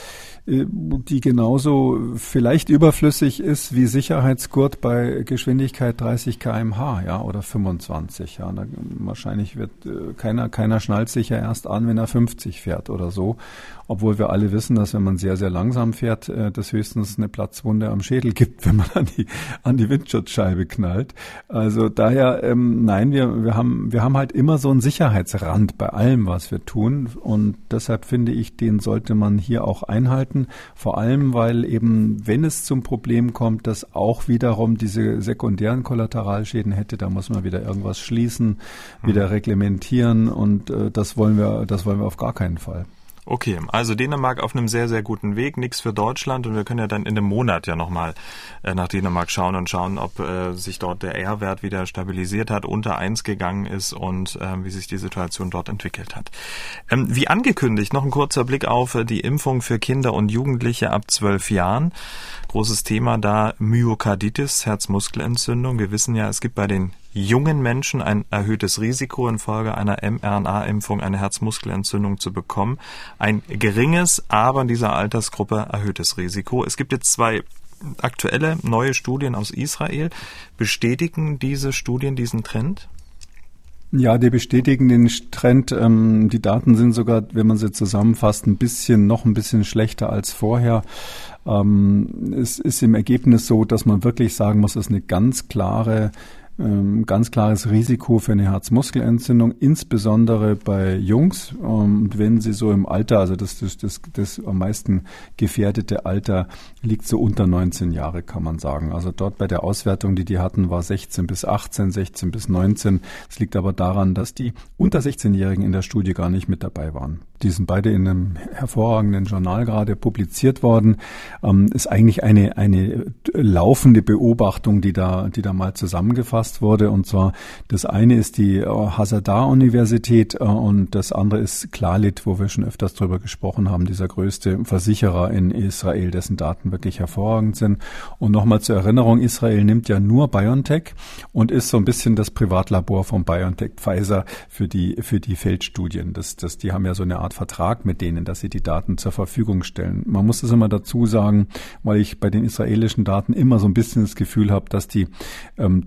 die genauso vielleicht überflüssig ist wie Sicherheitsgurt bei Geschwindigkeit 30 km/h, ja, oder 25. Ja, wahrscheinlich wird keiner schnallt sich ja erst an, wenn er 50 fährt oder so. Obwohl wir alle wissen, dass wenn man sehr, sehr langsam fährt, das höchstens eine Platzwunde am Schädel gibt, wenn man an die Windschutzscheibe knallt. Also daher, nein, wir haben halt immer so einen Sicherheitsrand bei allem, was wir tun. Und deshalb finde ich, den sollte man hier auch einhalten. Vor allem, weil eben, wenn es zum Problem kommt, das auch wiederum diese sekundären Kollateralschäden hätte, da muss man wieder irgendwas schließen, wieder reglementieren und das wollen wir auf gar keinen Fall. Okay, also Dänemark auf einem sehr, sehr guten Weg, nichts für Deutschland und wir können ja dann in einem Monat ja nochmal nach Dänemark schauen, ob sich dort der R-Wert wieder stabilisiert hat, unter 1 gegangen ist und wie sich die Situation dort entwickelt hat. Wie angekündigt, noch ein kurzer Blick auf die Impfung für Kinder und Jugendliche ab 12 Jahren. Großes Thema da Myokarditis, Herzmuskelentzündung. Wir wissen ja, es gibt bei den jungen Menschen ein erhöhtes Risiko, infolge einer mRNA-Impfung eine Herzmuskelentzündung zu bekommen. Ein geringes, aber in dieser Altersgruppe erhöhtes Risiko. Es gibt jetzt 2 aktuelle neue Studien aus Israel. Bestätigen diese Studien diesen Trend? Ja, die bestätigen den Trend. Die Daten sind sogar, wenn man sie zusammenfasst, noch ein bisschen schlechter als vorher. Es ist im Ergebnis so, dass man wirklich sagen muss, es ist eine ganz klares Risiko für eine Herzmuskelentzündung, insbesondere bei Jungs. Und wenn sie so im Alter, also das am meisten gefährdete Alter liegt so unter 19 Jahre, kann man sagen. Also dort bei der Auswertung, die hatten, war 16 bis 18, 16 bis 19. Es liegt aber daran, dass die unter 16-Jährigen in der Studie gar nicht mit dabei waren. Die sind beide in einem hervorragenden Journal gerade publiziert worden. Ist eigentlich eine laufende Beobachtung, die da mal zusammengefasst wurde. Und zwar das eine ist die Hazardar-Universität und das andere ist Clalit, wo wir schon öfters drüber gesprochen haben, dieser größte Versicherer in Israel, dessen Daten wirklich hervorragend sind. Und nochmal zur Erinnerung, Israel nimmt ja nur BioNTech und ist so ein bisschen das Privatlabor von BioNTech Pfizer für die Feldstudien. Die haben ja so eine Art Vertrag mit denen, dass sie die Daten zur Verfügung stellen. Man muss das immer dazu sagen, weil ich bei den israelischen Daten immer so ein bisschen das Gefühl habe, dass die doch auch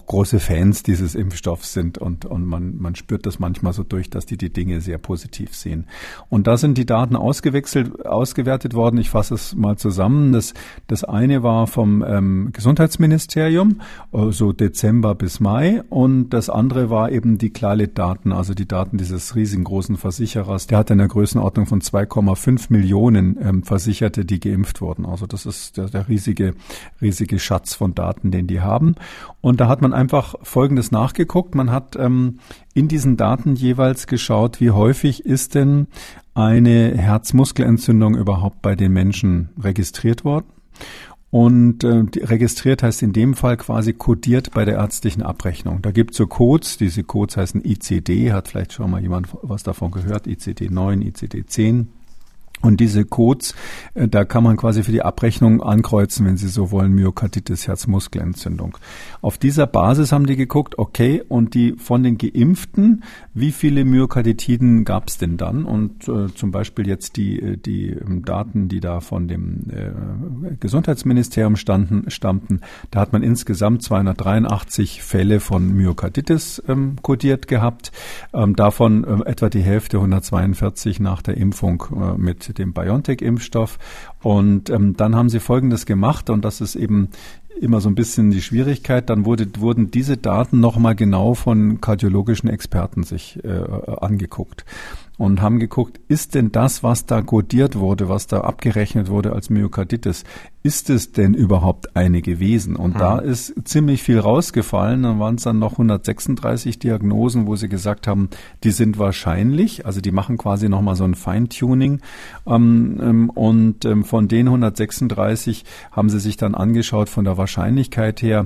große Fans dieses Impfstoffs sind und man spürt das manchmal so durch, dass die Dinge sehr positiv sehen. Und da sind die Daten ausgewertet worden. Ich fasse es mal zusammen. Das eine war vom Gesundheitsministerium, so Dezember bis Mai, und das andere war eben die Clalit-Daten, also die Daten dieses riesengroßen Versicherers. Der hat eine Größenordnung von 2,5 Millionen Versicherte, die geimpft wurden. Also das ist der riesige Schatz von Daten, den die haben. Und da hat man einfach Folgendes nachgeguckt. Man hat in diesen Daten jeweils geschaut, wie häufig ist denn eine Herzmuskelentzündung überhaupt bei den Menschen registriert worden. Und registriert heißt in dem Fall quasi kodiert bei der ärztlichen Abrechnung. Da gibt es so Codes, diese Codes heißen ICD, hat vielleicht schon mal jemand was davon gehört, ICD-9, ICD-10. Und diese Codes, da kann man quasi für die Abrechnung ankreuzen, wenn Sie so wollen, Myokarditis, Herzmuskelentzündung. Auf dieser Basis haben die geguckt, okay, und die von den Geimpften, wie viele Myokarditiden gab es denn dann? Und zum Beispiel jetzt die Daten, die da von dem Gesundheitsministerium stammten, da hat man insgesamt 283 Fälle von Myokarditis kodiert gehabt, davon etwa die Hälfte, 142 nach der Impfung mit dem BioNTech-Impfstoff. Und dann haben sie Folgendes gemacht, und das ist eben immer so ein bisschen die Schwierigkeit. Dann wurden diese Daten nochmal genau von kardiologischen Experten sich angeguckt und haben geguckt, ist denn das, was da kodiert wurde, was da abgerechnet wurde als Myokarditis, ist es denn überhaupt eine gewesen? Und da ist ziemlich viel rausgefallen. Dann waren es dann noch 136 Diagnosen, wo sie gesagt haben, die sind wahrscheinlich, also die machen quasi nochmal so ein Feintuning. Und von den 136 haben sie sich dann angeschaut, von der Wahrscheinlichkeit her,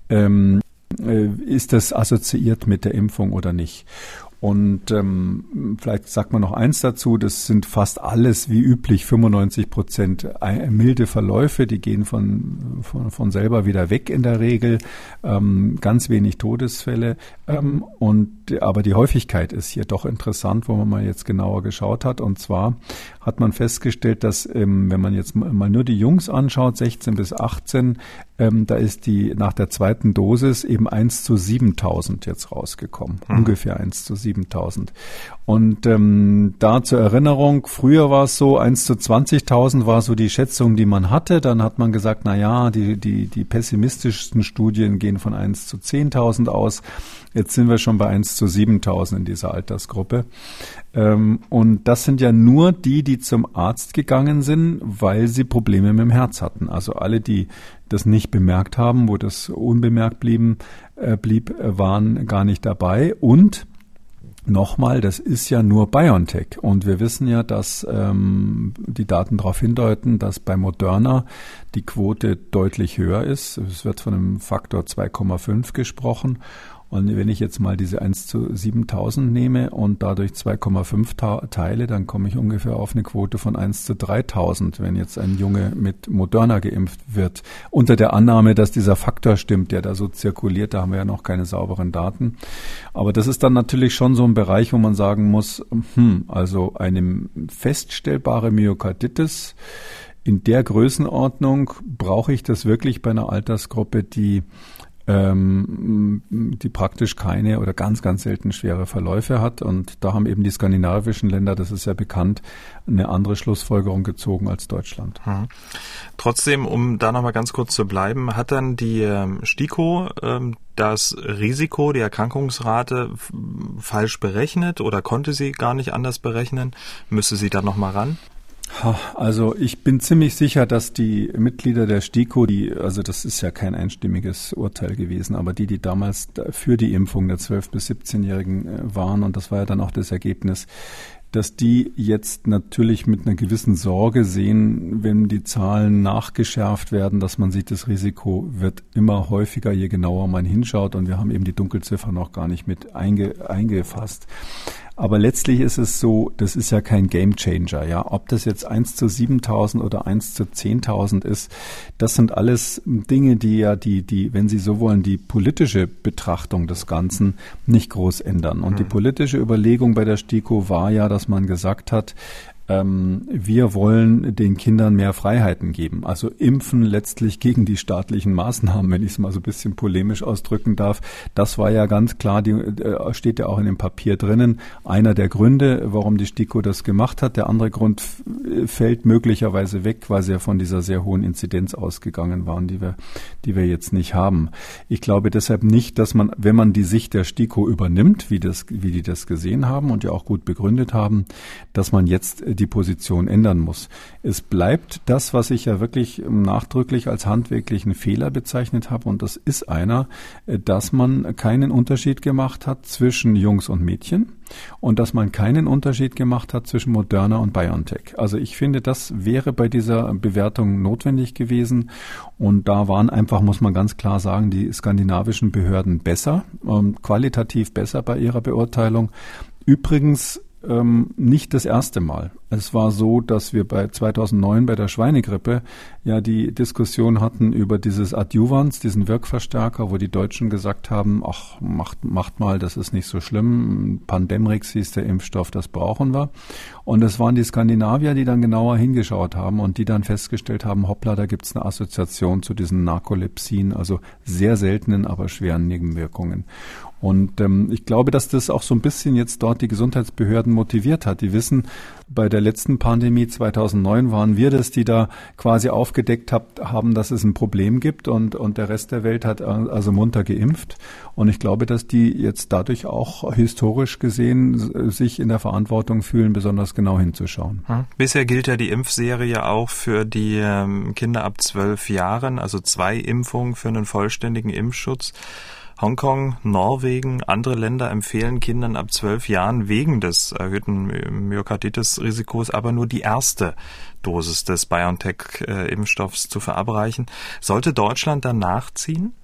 ist das assoziiert mit der Impfung oder nicht. Und vielleicht sagt man noch eins dazu, das sind fast alles wie üblich 95% milde Verläufe, die gehen von selber wieder weg in der Regel, ganz wenig Todesfälle, aber die Häufigkeit ist hier doch interessant, wo man mal jetzt genauer geschaut hat, und zwar hat man festgestellt, dass wenn man jetzt mal nur die Jungs anschaut, 16 bis 18, da ist die nach der zweiten Dosis eben 1 zu 7.000 jetzt rausgekommen, ungefähr 1 zu 7.000. Und da zur Erinnerung, früher war es so, 1 zu 20.000 war so die Schätzung, die man hatte. Dann hat man gesagt, na ja, die pessimistischsten Studien gehen von 1 zu 10.000 aus. Jetzt sind wir schon bei 1 zu 7.000 in dieser Altersgruppe. Und das sind ja nur die zum Arzt gegangen sind, weil sie Probleme mit dem Herz hatten. Also alle, die das nicht bemerkt haben, wo das unbemerkt blieb, waren gar nicht dabei. Und nochmal, das ist ja nur BioNTech. Und wir wissen ja, dass die Daten darauf hindeuten, dass bei Moderna die Quote deutlich höher ist. Es wird von einem Faktor 2,5 gesprochen. Und wenn ich jetzt mal diese 1 zu 7.000 nehme und dadurch 2,5 teile, dann komme ich ungefähr auf eine Quote von 1 zu 3.000, wenn jetzt ein Junge mit Moderna geimpft wird. Unter der Annahme, dass dieser Faktor stimmt, der da so zirkuliert, da haben wir ja noch keine sauberen Daten. Aber das ist dann natürlich schon so ein Bereich, wo man sagen muss, also eine feststellbare Myokarditis in der Größenordnung, brauche ich das wirklich bei einer Altersgruppe, die praktisch keine oder ganz, ganz selten schwere Verläufe hat. Und da haben eben die skandinavischen Länder, das ist ja bekannt, eine andere Schlussfolgerung gezogen als Deutschland. Trotzdem, um da nochmal ganz kurz zu bleiben, hat dann die STIKO das Risiko, die Erkrankungsrate falsch berechnet oder konnte sie gar nicht anders berechnen? Müsste sie da nochmal ran? Also ich bin ziemlich sicher, dass die Mitglieder der STIKO, also das ist ja kein einstimmiges Urteil gewesen, aber die damals für die Impfung der 12- bis 17-Jährigen waren, und das war ja dann auch das Ergebnis, dass die jetzt natürlich mit einer gewissen Sorge sehen, wenn die Zahlen nachgeschärft werden, dass man sieht, das Risiko wird immer häufiger, je genauer man hinschaut, und wir haben eben die Dunkelziffer noch gar nicht mit eingefasst. Aber letztlich ist es so, das ist ja kein Gamechanger, ja. Ob das jetzt 1 zu 7.000 oder 1 zu 10.000 ist, das sind alles Dinge, die ja wenn Sie so wollen, die politische Betrachtung des Ganzen nicht groß ändern. Und die politische Überlegung bei der STIKO war ja, dass man gesagt hat, wir wollen den Kindern mehr Freiheiten geben. Also impfen letztlich gegen die staatlichen Maßnahmen, wenn ich es mal so ein bisschen polemisch ausdrücken darf. Das war ja ganz klar, steht ja auch in dem Papier drinnen, einer der Gründe, warum die STIKO das gemacht hat. Der andere Grund fällt möglicherweise weg, weil sie ja von dieser sehr hohen Inzidenz ausgegangen waren, die wir jetzt nicht haben. Ich glaube deshalb nicht, dass man, wenn man die Sicht der STIKO übernimmt, wie die das gesehen haben und ja auch gut begründet haben, dass man jetzt die Position ändern muss. Es bleibt das, was ich ja wirklich nachdrücklich als handwerklichen Fehler bezeichnet habe, und das ist einer, dass man keinen Unterschied gemacht hat zwischen Jungs und Mädchen und dass man keinen Unterschied gemacht hat zwischen Moderna und BioNTech. Also ich finde, das wäre bei dieser Bewertung notwendig gewesen, und da waren einfach, muss man ganz klar sagen, die skandinavischen Behörden besser, qualitativ besser bei ihrer Beurteilung. Übrigens nicht das erste Mal. Es war so, dass wir bei 2009 bei der Schweinegrippe ja die Diskussion hatten über dieses Adjuvans, diesen Wirkverstärker, wo die Deutschen gesagt haben, ach, macht mal, das ist nicht so schlimm. Pandemrix hieß der Impfstoff, das brauchen wir. Und es waren die Skandinavier, die dann genauer hingeschaut haben und die dann festgestellt haben, hoppla, da gibt's eine Assoziation zu diesen Narkolepsien, also sehr seltenen, aber schweren Nebenwirkungen. Und ich glaube, dass das auch so ein bisschen jetzt dort die Gesundheitsbehörden motiviert hat. Die wissen, bei der letzten Pandemie 2009 waren wir das, die da quasi aufgedeckt haben, dass es ein Problem gibt, und der Rest der Welt hat also munter geimpft. Und ich glaube, dass die jetzt dadurch auch historisch gesehen sich in der Verantwortung fühlen, besonders genau hinzuschauen. Bisher gilt ja die Impfserie auch für die Kinder ab 12 Jahren, also 2 Impfungen für einen vollständigen Impfschutz. Hongkong, Norwegen, andere Länder empfehlen Kindern ab 12 Jahren wegen des erhöhten Myokarditis-Risikos aber nur die erste Dosis des BioNTech-Impfstoffs zu verabreichen. Sollte Deutschland dann nachziehen?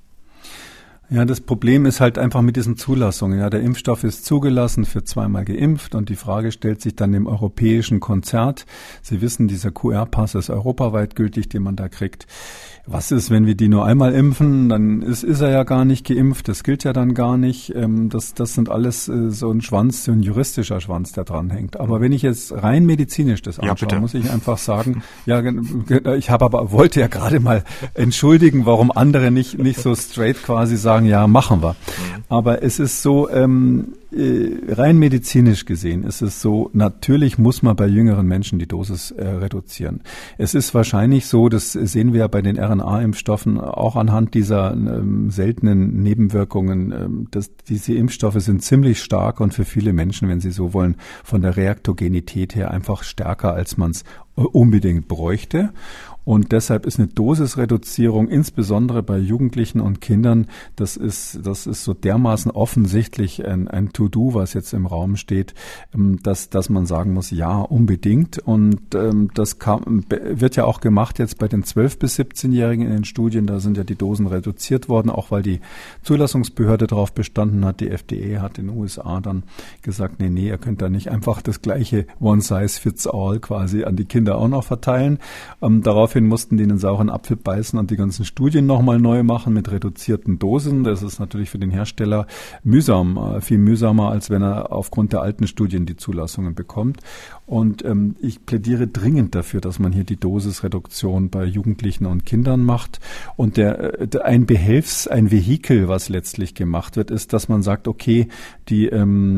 Ja, das Problem ist halt einfach mit diesen Zulassungen. Ja, der Impfstoff ist zugelassen für 2-mal geimpft, und die Frage stellt sich dann im europäischen Konzert. Sie wissen, dieser QR-Pass ist europaweit gültig, den man da kriegt. Was ist, wenn wir die nur einmal impfen? Dann ist er ja gar nicht geimpft. Das gilt ja dann gar nicht. Das sind alles so ein Schwanz, so ein juristischer Schwanz, der dran hängt. Aber wenn ich jetzt rein medizinisch das anschaue, muss ich einfach sagen, ja, ich wollte ja gerade mal entschuldigen, warum andere nicht so straight quasi sagen, ja, machen wir. Aber es ist so, rein medizinisch gesehen ist es so, natürlich muss man bei jüngeren Menschen die Dosis reduzieren. Es ist wahrscheinlich so, das sehen wir ja bei den RNA-Impfstoffen auch anhand dieser seltenen Nebenwirkungen, dass diese Impfstoffe sind ziemlich stark und für viele Menschen, wenn sie so wollen, von der Reaktogenität her einfach stärker, als man es unbedingt bräuchte. Und deshalb ist eine Dosisreduzierung, insbesondere bei Jugendlichen und Kindern, das ist so dermaßen offensichtlich ein To-Do, was jetzt im Raum steht, dass man sagen muss, ja, unbedingt. Und das wird ja auch gemacht jetzt bei den 12- bis 17-Jährigen in den Studien. Da sind ja die Dosen reduziert worden, auch weil die Zulassungsbehörde darauf bestanden hat. Die FDA hat in den USA dann gesagt, nee, ihr könnt da nicht einfach das gleiche One-Size-Fits-All quasi an die Kinder auch noch verteilen. Daraufhin mussten die einen sauren Apfel beißen und die ganzen Studien nochmal neu machen mit reduzierten Dosen. Das ist natürlich für den Hersteller mühsam, viel mühsamer, als wenn er aufgrund der alten Studien die Zulassungen bekommt. Und ich plädiere dringend dafür, dass man hier die Dosisreduktion bei Jugendlichen und Kindern macht. Und ein Vehikel, was letztlich gemacht wird, ist, dass man sagt, okay, diese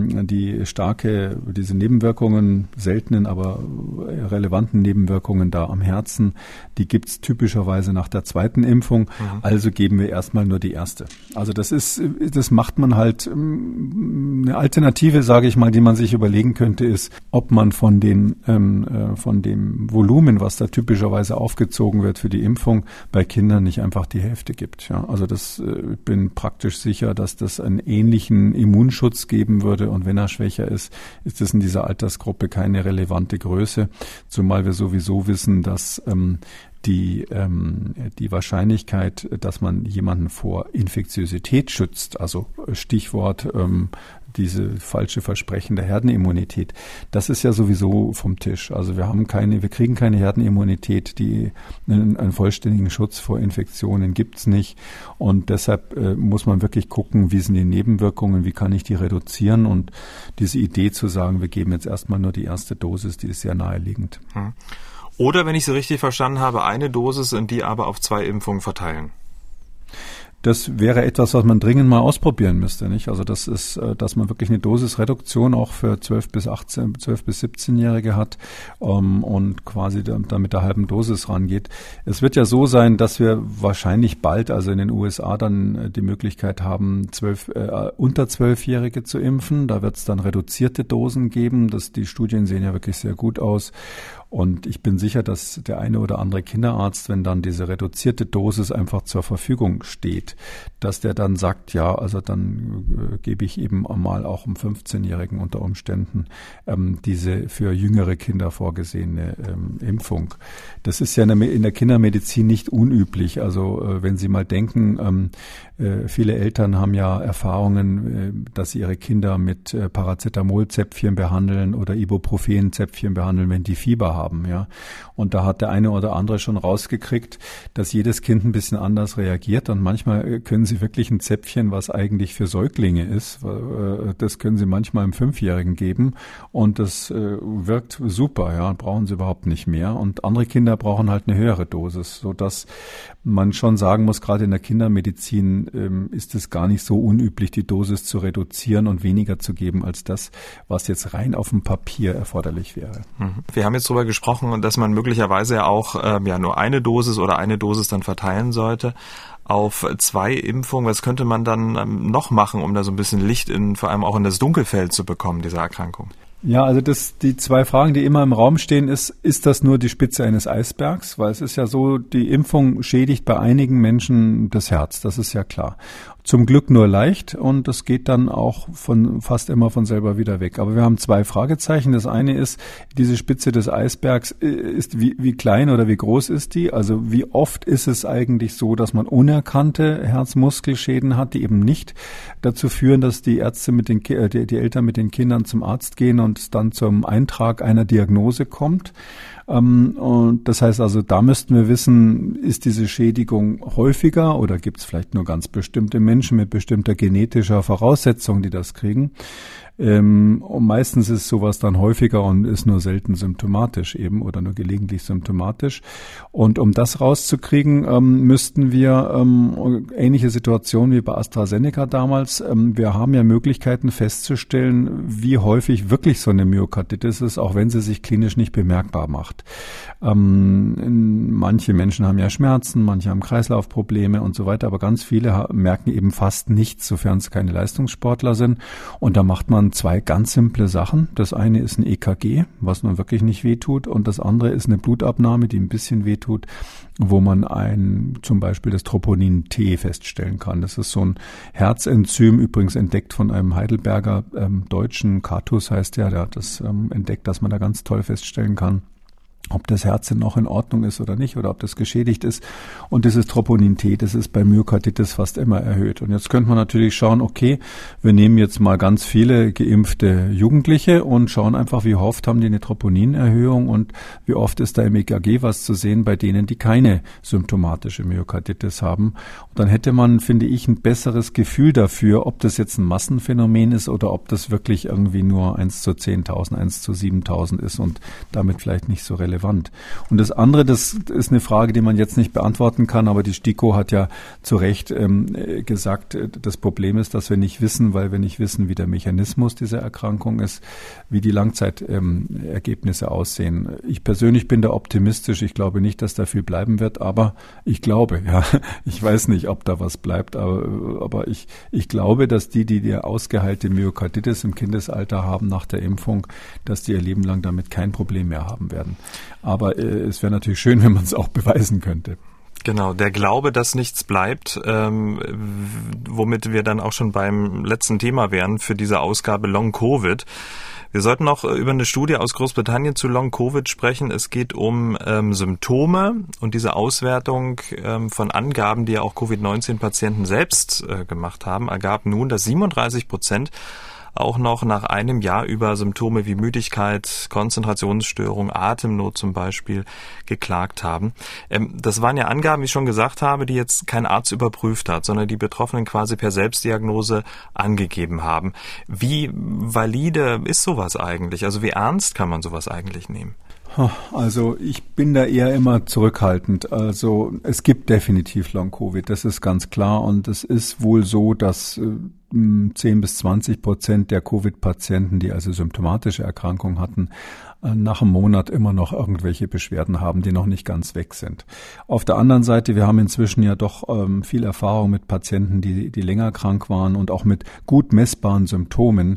Nebenwirkungen, seltenen, aber relevanten Nebenwirkungen da am Herzen, die gibt's typischerweise nach der 2. Impfung. Also geben wir erstmal nur die erste. Also das macht man halt. Eine Alternative, sage ich mal, die man sich überlegen könnte, ist, ob man von dem Volumen, was da typischerweise aufgezogen wird für die Impfung, bei Kindern nicht einfach die Hälfte gibt. Ja, also ich bin praktisch sicher, dass das einen ähnlichen Immunschutz geben würde, und wenn er schwächer ist das in dieser Altersgruppe keine relevante Größe, zumal wir sowieso wissen, dass die Wahrscheinlichkeit, dass man jemanden vor Infektiosität schützt, also Stichwort diese falsche Versprechen der Herdenimmunität, das ist ja sowieso vom Tisch. Also wir kriegen keine Herdenimmunität, einen vollständigen Schutz vor Infektionen gibt's nicht. Und deshalb muss man wirklich gucken, wie sind die Nebenwirkungen, wie kann ich die reduzieren. Und diese Idee zu sagen, wir geben jetzt erstmal nur die erste Dosis, die ist sehr naheliegend. Oder, wenn ich Sie richtig verstanden habe, eine Dosis und die aber auf 2 Impfungen verteilen. Das wäre etwas, was man dringend mal ausprobieren müsste, nicht? Also das ist, dass man wirklich eine Dosisreduktion auch für 12 bis 17-Jährige hat und quasi da mit der halben Dosis rangeht. Es wird ja so sein, dass wir wahrscheinlich bald, also in den USA, dann die Möglichkeit haben, unter 12-Jährige zu impfen. Da wird es dann reduzierte Dosen geben. Die Studien sehen ja wirklich sehr gut aus. Und ich bin sicher, dass der eine oder andere Kinderarzt, wenn dann diese reduzierte Dosis einfach zur Verfügung steht, dass der dann sagt, ja, also dann gebe ich eben mal auch um 15-Jährigen unter Umständen diese für jüngere Kinder vorgesehene Impfung. Das ist ja in der Kindermedizin nicht unüblich. Also wenn Sie mal denken, viele Eltern haben ja Erfahrungen, dass sie ihre Kinder mit Paracetamol-Zäpfchen behandeln oder Ibuprofen-Zäpfchen behandeln, wenn die Fieber haben, ja. Und da hat der eine oder andere schon rausgekriegt, dass jedes Kind ein bisschen anders reagiert. Und manchmal können sie wirklich ein Zäpfchen, was eigentlich für Säuglinge ist, das können sie manchmal einem 5-Jährigen geben. Und das wirkt super, ja, brauchen sie überhaupt nicht mehr. Und andere Kinder brauchen halt eine höhere Dosis, sodass man schon sagen muss, gerade in der Kindermedizin ist es gar nicht so unüblich, die Dosis zu reduzieren und weniger zu geben als das, was jetzt rein auf dem Papier erforderlich wäre. Wir haben jetzt darüber gesprochen, dass man möglicherweise ja auch nur eine Dosis oder eine Dosis dann verteilen sollte auf 2 Impfungen. Was könnte man dann noch machen, um da so ein bisschen Licht vor allem auch in das Dunkelfeld zu bekommen, dieser Erkrankung? Ja, also die 2 Fragen, die immer im Raum stehen, ist das nur die Spitze eines Eisbergs? Weil es ist ja so, die Impfung schädigt bei einigen Menschen das Herz, das ist ja klar. Zum Glück nur leicht und das geht dann auch fast immer von selber wieder weg. Aber wir haben 2 Fragezeichen. Das eine ist, diese Spitze des Eisbergs ist, wie klein oder wie groß ist die? Also wie oft ist es eigentlich so, dass man unerkannte Herzmuskelschäden hat, die eben nicht dazu führen, dass die Ärzte die Eltern mit den Kindern zum Arzt gehen und es dann zum Eintrag einer Diagnose kommt. Und das heißt also, da müssten wir wissen, ist diese Schädigung häufiger oder gibt es vielleicht nur ganz bestimmte Menschen mit bestimmter genetischer Voraussetzung, die das kriegen. Und meistens ist sowas dann häufiger und ist nur selten symptomatisch eben oder nur gelegentlich symptomatisch. Und um das rauszukriegen, müssten wir ähnliche Situationen wie bei AstraZeneca damals. Wir haben ja Möglichkeiten festzustellen, wie häufig wirklich so eine Myokarditis ist, auch wenn sie sich klinisch nicht bemerkbar macht. Manche Menschen haben ja Schmerzen, manche haben Kreislaufprobleme und so weiter, aber ganz viele merken eben fast nichts, sofern es keine Leistungssportler sind. Und da macht man 2 ganz simple Sachen. Das eine ist ein EKG, was nun wirklich nicht wehtut, und das andere ist eine Blutabnahme, die ein bisschen wehtut, wo man zum Beispiel das Troponin T feststellen kann. Das ist so ein Herzenzym, übrigens entdeckt von einem Heidelberger Deutschen, Katus heißt der hat das entdeckt, dass man da ganz toll feststellen kann, ob das Herz denn noch in Ordnung ist oder nicht oder ob das geschädigt ist. Und dieses Troponin T, das ist bei Myokarditis fast immer erhöht. Und jetzt könnte man natürlich schauen, okay, wir nehmen jetzt mal ganz viele geimpfte Jugendliche und schauen einfach, wie oft haben die eine Troponinerhöhung und wie oft ist da im EKG was zu sehen bei denen, die keine symptomatische Myokarditis haben. Und dann hätte man, finde ich, ein besseres Gefühl dafür, ob das jetzt ein Massenphänomen ist oder ob das wirklich irgendwie nur 1 zu 10.000, 1 zu 7.000 ist und damit vielleicht nicht so relevant. Und das andere, das ist eine Frage, die man jetzt nicht beantworten kann, aber die STIKO hat ja zu Recht gesagt, das Problem ist, dass wir nicht wissen, weil wir nicht wissen, wie der Mechanismus dieser Erkrankung ist, wie die Langzeitergebnisse aussehen. Ich persönlich bin da optimistisch. Ich glaube nicht, dass da viel bleiben wird, aber ich glaube, ja, ich weiß nicht, ob da was bleibt, aber ich glaube, dass die ausgeheilte Myokarditis im Kindesalter haben nach der Impfung, dass die ihr Leben lang damit kein Problem mehr haben werden. Aber es wäre natürlich schön, wenn man es auch beweisen könnte. Genau, der Glaube, dass nichts bleibt, womit wir dann auch schon beim letzten Thema wären für diese Ausgabe Long Covid. Wir sollten noch über eine Studie aus Großbritannien zu Long-Covid sprechen. Es geht um Symptome und diese Auswertung von Angaben, die ja auch Covid-19-Patienten selbst gemacht haben, ergab nun, dass 37% auch noch nach einem Jahr über Symptome wie Müdigkeit, Konzentrationsstörung, Atemnot zum Beispiel geklagt haben. Das waren ja Angaben, wie ich schon gesagt habe, die jetzt kein Arzt überprüft hat, sondern die Betroffenen quasi per Selbstdiagnose angegeben haben. Wie valide ist sowas eigentlich? Also wie ernst kann man sowas eigentlich nehmen? Also ich bin da eher immer zurückhaltend. Also es gibt definitiv Long-Covid, das ist ganz klar. Und es ist wohl so, dass 10-20% der Covid-Patienten, die also symptomatische Erkrankungen hatten, nach einem Monat immer noch irgendwelche Beschwerden haben, die noch nicht ganz weg sind. Auf der anderen Seite, wir haben inzwischen ja doch viel Erfahrung mit Patienten, die länger krank waren und auch mit gut messbaren Symptomen.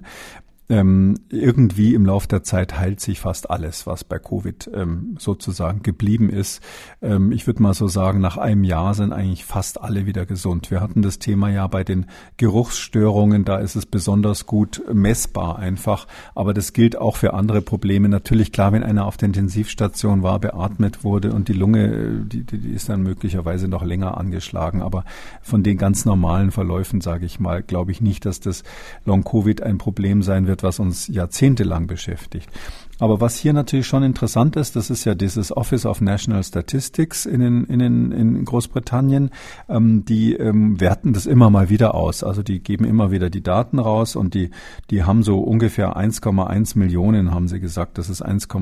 Irgendwie im Laufe der Zeit heilt sich fast alles, was bei Covid sozusagen geblieben ist. Ich würde mal so sagen, nach einem Jahr sind eigentlich fast alle wieder gesund. Wir hatten das Thema ja bei den Geruchsstörungen, da ist es besonders gut messbar einfach, aber das gilt auch für andere Probleme. Natürlich, klar, wenn einer auf der Intensivstation war, beatmet wurde und die Lunge, die ist dann möglicherweise noch länger angeschlagen, aber von den ganz normalen Verläufen, sage ich mal, glaube ich nicht, dass das Long-Covid ein Problem sein wird, was uns jahrzehntelang beschäftigt. Aber was hier natürlich schon interessant ist, das ist ja dieses Office of National Statistics in Großbritannien. Die werten das immer mal wieder aus. Also die geben immer wieder die Daten raus und die haben so ungefähr 1,1 Millionen, haben sie gesagt. Das ist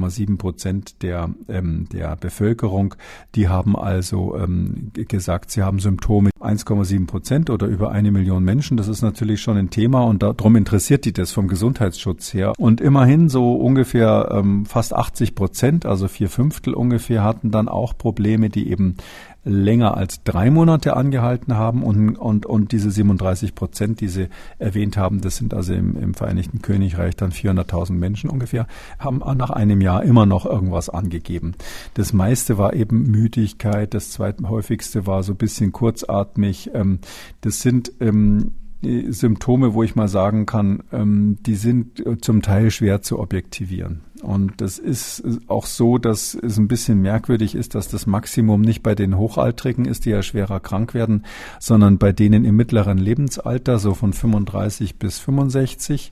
1,7% der Bevölkerung. Die haben also gesagt, sie haben Symptome. 1,7% oder über 1 Million Menschen. Das ist natürlich schon ein Thema und darum interessiert die das vom Gesundheitsschutz her. Und immerhin so ungefähr fast 80%, also 4/5 ungefähr, hatten dann auch Probleme, die eben länger als 3 Monate angehalten haben und diese 37%, die Sie erwähnt haben, das sind also im Vereinigten Königreich dann 400.000 Menschen ungefähr, haben nach einem Jahr immer noch irgendwas angegeben. Das meiste war eben Müdigkeit, das zweithäufigste war so ein bisschen kurzatmig. Das sind Symptome, wo ich mal sagen kann, die sind zum Teil schwer zu objektivieren. Und das ist auch so, dass es ein bisschen merkwürdig ist, dass das Maximum nicht bei den Hochaltrigen ist, die ja schwerer krank werden, sondern bei denen im mittleren Lebensalter, so von 35 bis 65.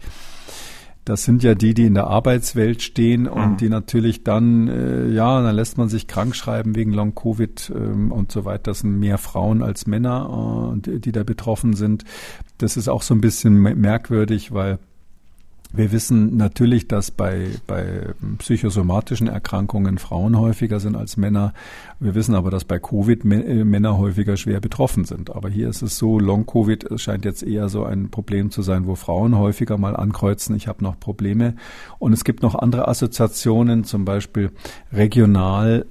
Das sind ja die in der Arbeitswelt stehen und die natürlich dann, dann lässt man sich krank schreiben wegen Long-Covid und so weiter. Das sind mehr Frauen als Männer, die da betroffen sind. Das ist auch so ein bisschen merkwürdig, weil wir wissen natürlich, dass bei psychosomatischen Erkrankungen Frauen häufiger sind als Männer. Wir wissen aber, dass bei Covid Männer häufiger schwer betroffen sind. Aber hier ist es so, Long-Covid scheint jetzt eher so ein Problem zu sein, wo Frauen häufiger mal ankreuzen, ich habe noch Probleme. Und es gibt noch andere Assoziationen, zum Beispiel regional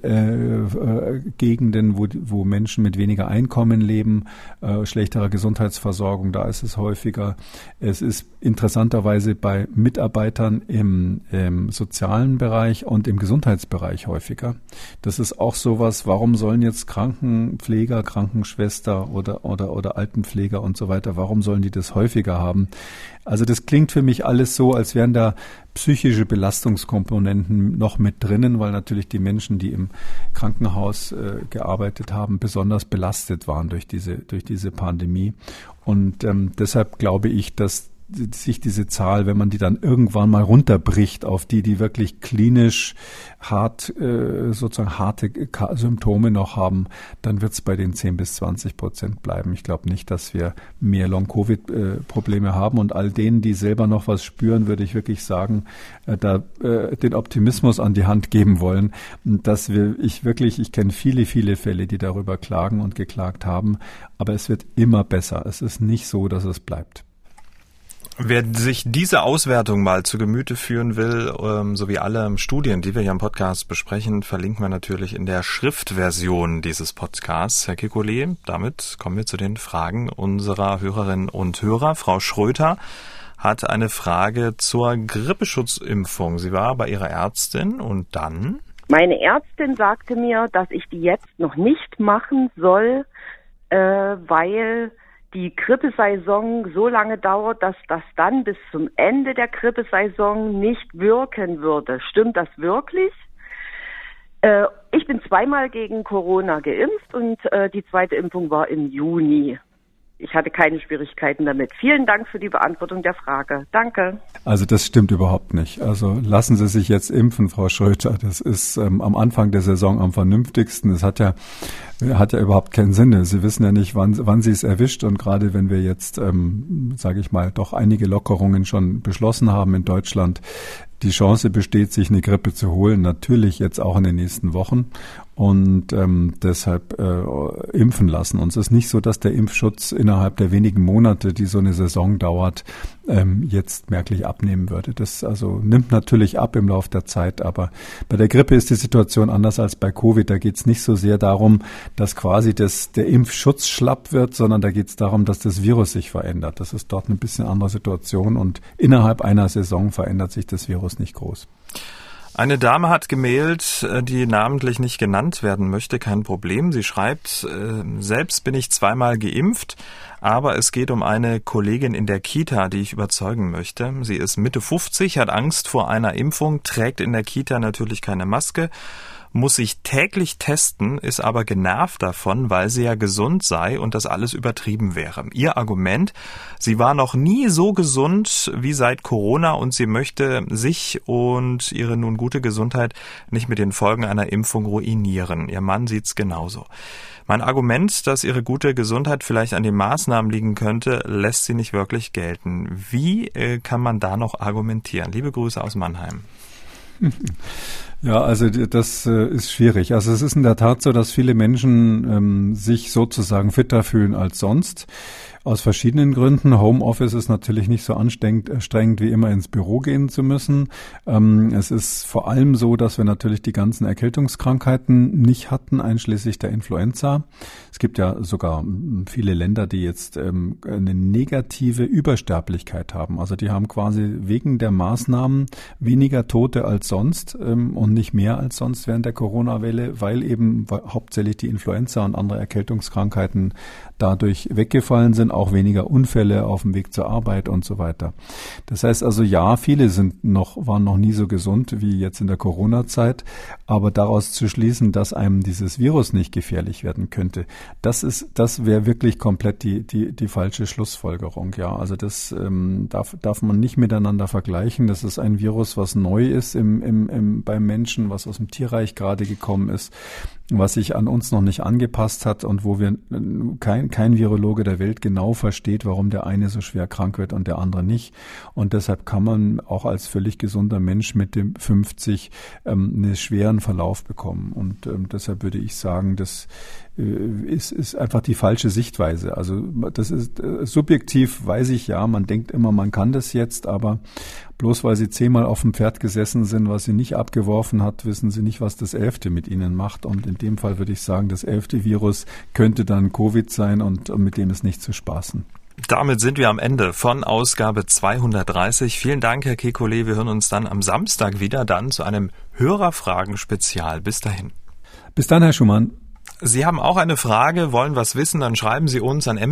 Gegenden, wo Menschen mit weniger Einkommen leben, schlechterer Gesundheitsversorgung, da ist es häufiger. Es ist interessanterweise bei Mitarbeitern im sozialen Bereich und im Gesundheitsbereich häufiger. Das ist auch sowas, warum sollen jetzt Krankenpfleger, Krankenschwester oder Altenpfleger und so weiter, warum sollen die das häufiger haben? Also das klingt für mich alles so, als wären da psychische Belastungskomponenten noch mit drinnen, weil natürlich die Menschen, die im Krankenhaus gearbeitet haben, besonders belastet waren durch diese Pandemie. Und deshalb glaube ich, dass sich diese Zahl, wenn man die dann irgendwann mal runterbricht auf die wirklich klinisch sozusagen harte Symptome noch haben, dann wird es bei den 10-20% bleiben. Ich glaube nicht, dass wir mehr Long-Covid-Probleme haben und all denen, die selber noch was spüren, würde ich wirklich sagen, den Optimismus an die Hand geben wollen, dass ich kenne viele, viele Fälle, die darüber klagen und geklagt haben, aber es wird immer besser. Es ist nicht so, dass es bleibt. Wer sich diese Auswertung mal zu Gemüte führen will, sowie alle Studien, die wir hier im Podcast besprechen, verlinken wir natürlich in der Schriftversion dieses Podcasts. Herr Kekulé, damit kommen wir zu den Fragen unserer Hörerinnen und Hörer. Frau Schröter hat eine Frage zur Grippeschutzimpfung. Sie war bei ihrer Ärztin und dann? Meine Ärztin sagte mir, dass ich die jetzt noch nicht machen soll, weil die Grippesaison so lange dauert, dass das dann bis zum Ende der Grippesaison nicht wirken würde. Stimmt das wirklich? Ich bin 2-mal gegen Corona geimpft und die zweite Impfung war im Juni. Ich hatte keine Schwierigkeiten damit. Vielen Dank für die Beantwortung der Frage. Danke. Also das stimmt überhaupt nicht. Also lassen Sie sich jetzt impfen, Frau Schröter. Das ist am Anfang der Saison am vernünftigsten. Das hat ja überhaupt keinen Sinn. Sie wissen ja nicht, wann Sie es erwischt. Und gerade wenn wir jetzt, sage ich mal, doch einige Lockerungen schon beschlossen haben in Deutschland, die Chance besteht, sich eine Grippe zu holen, natürlich jetzt auch in den nächsten Wochen und deshalb impfen lassen. Und es ist nicht so, dass der Impfschutz innerhalb der wenigen Monate, die so eine Saison dauert, jetzt merklich abnehmen würde. Das also nimmt natürlich ab im Laufe der Zeit, aber bei der Grippe ist die Situation anders als bei Covid. Da geht es nicht so sehr darum, dass quasi der Impfschutz schlapp wird, sondern da geht es darum, dass das Virus sich verändert. Das ist dort eine bisschen andere Situation und innerhalb einer Saison verändert sich das Virus nicht groß. Eine Dame hat gemailt, die namentlich nicht genannt werden möchte, kein Problem. Sie schreibt, selbst bin ich 2-mal geimpft, aber es geht um eine Kollegin in der Kita, die ich überzeugen möchte. Sie ist Mitte 50, hat Angst vor einer Impfung, trägt in der Kita natürlich keine Maske, muss sich täglich testen, ist aber genervt davon, weil sie ja gesund sei und das alles übertrieben wäre. Ihr Argument, sie war noch nie so gesund wie seit Corona und sie möchte sich und ihre nun gute Gesundheit nicht mit den Folgen einer Impfung ruinieren. Ihr Mann sieht's genauso. Mein Argument, dass ihre gute Gesundheit vielleicht an den Maßnahmen liegen könnte, lässt sie nicht wirklich gelten. Wie kann man da noch argumentieren? Liebe Grüße aus Mannheim. Ja, also das ist schwierig. Also es ist in der Tat so, dass viele Menschen sich sozusagen fitter fühlen als sonst. Aus verschiedenen Gründen. Homeoffice ist natürlich nicht so anstrengend wie immer ins Büro gehen zu müssen. Es ist vor allem so, dass wir natürlich die ganzen Erkältungskrankheiten nicht hatten, einschließlich der Influenza. Es gibt ja sogar viele Länder, die jetzt eine negative Übersterblichkeit haben. Also die haben quasi wegen der Maßnahmen weniger Tote als sonst und nicht mehr als sonst während der Corona-Welle, weil eben hauptsächlich die Influenza und andere Erkältungskrankheiten dadurch weggefallen sind, auch weniger Unfälle auf dem Weg zur Arbeit und so weiter. Das heißt also, ja, viele waren noch nie so gesund wie jetzt in der Corona-Zeit, aber daraus zu schließen, dass einem dieses Virus nicht gefährlich werden könnte, das wäre wirklich komplett die falsche Schlussfolgerung. Ja, also das darf man nicht miteinander vergleichen. Das ist ein Virus, was neu ist beim Menschen, was aus dem Tierreich gerade gekommen ist, was sich an uns noch nicht angepasst hat und wo wir kein Virologe der Welt genau versteht, warum der eine so schwer krank wird und der andere nicht. Und deshalb kann man auch als völlig gesunder Mensch mit dem 50 einen schweren Verlauf bekommen. Und deshalb würde ich sagen, das ist einfach die falsche Sichtweise. Also das ist subjektiv, weiß ich ja, man denkt immer, man kann das jetzt, aber bloß weil Sie 10-mal auf dem Pferd gesessen sind, was Sie nicht abgeworfen hat, wissen Sie nicht, was das 11. mit Ihnen macht. Und in dem Fall würde ich sagen, das 11. Virus könnte dann Covid sein und mit dem ist nicht zu spaßen. Damit sind wir am Ende von Ausgabe 230. Vielen Dank, Herr Kekulé. Wir hören uns dann am Samstag wieder, dann zu einem Hörerfragen-Spezial. Bis dahin. Bis dann, Herr Schumann. Sie haben auch eine Frage, wollen was wissen, dann schreiben Sie uns an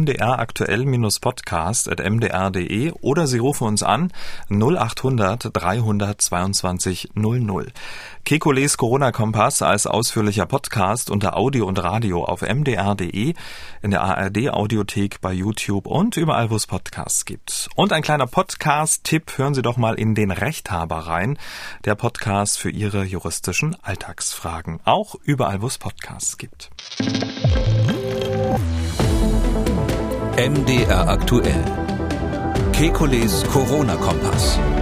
mdraktuell-podcast@mdr.de oder Sie rufen uns an 0800 322 00. Kekulés Corona-Kompass als ausführlicher Podcast unter Audio und Radio auf mdr.de, in der ARD-Audiothek, bei YouTube und überall, wo es Podcasts gibt. Und ein kleiner Podcast-Tipp, hören Sie doch mal in den Rechthaber rein, der Podcast für Ihre juristischen Alltagsfragen, auch überall, wo es Podcasts gibt. MDR aktuell. Kekulés Corona-Kompass.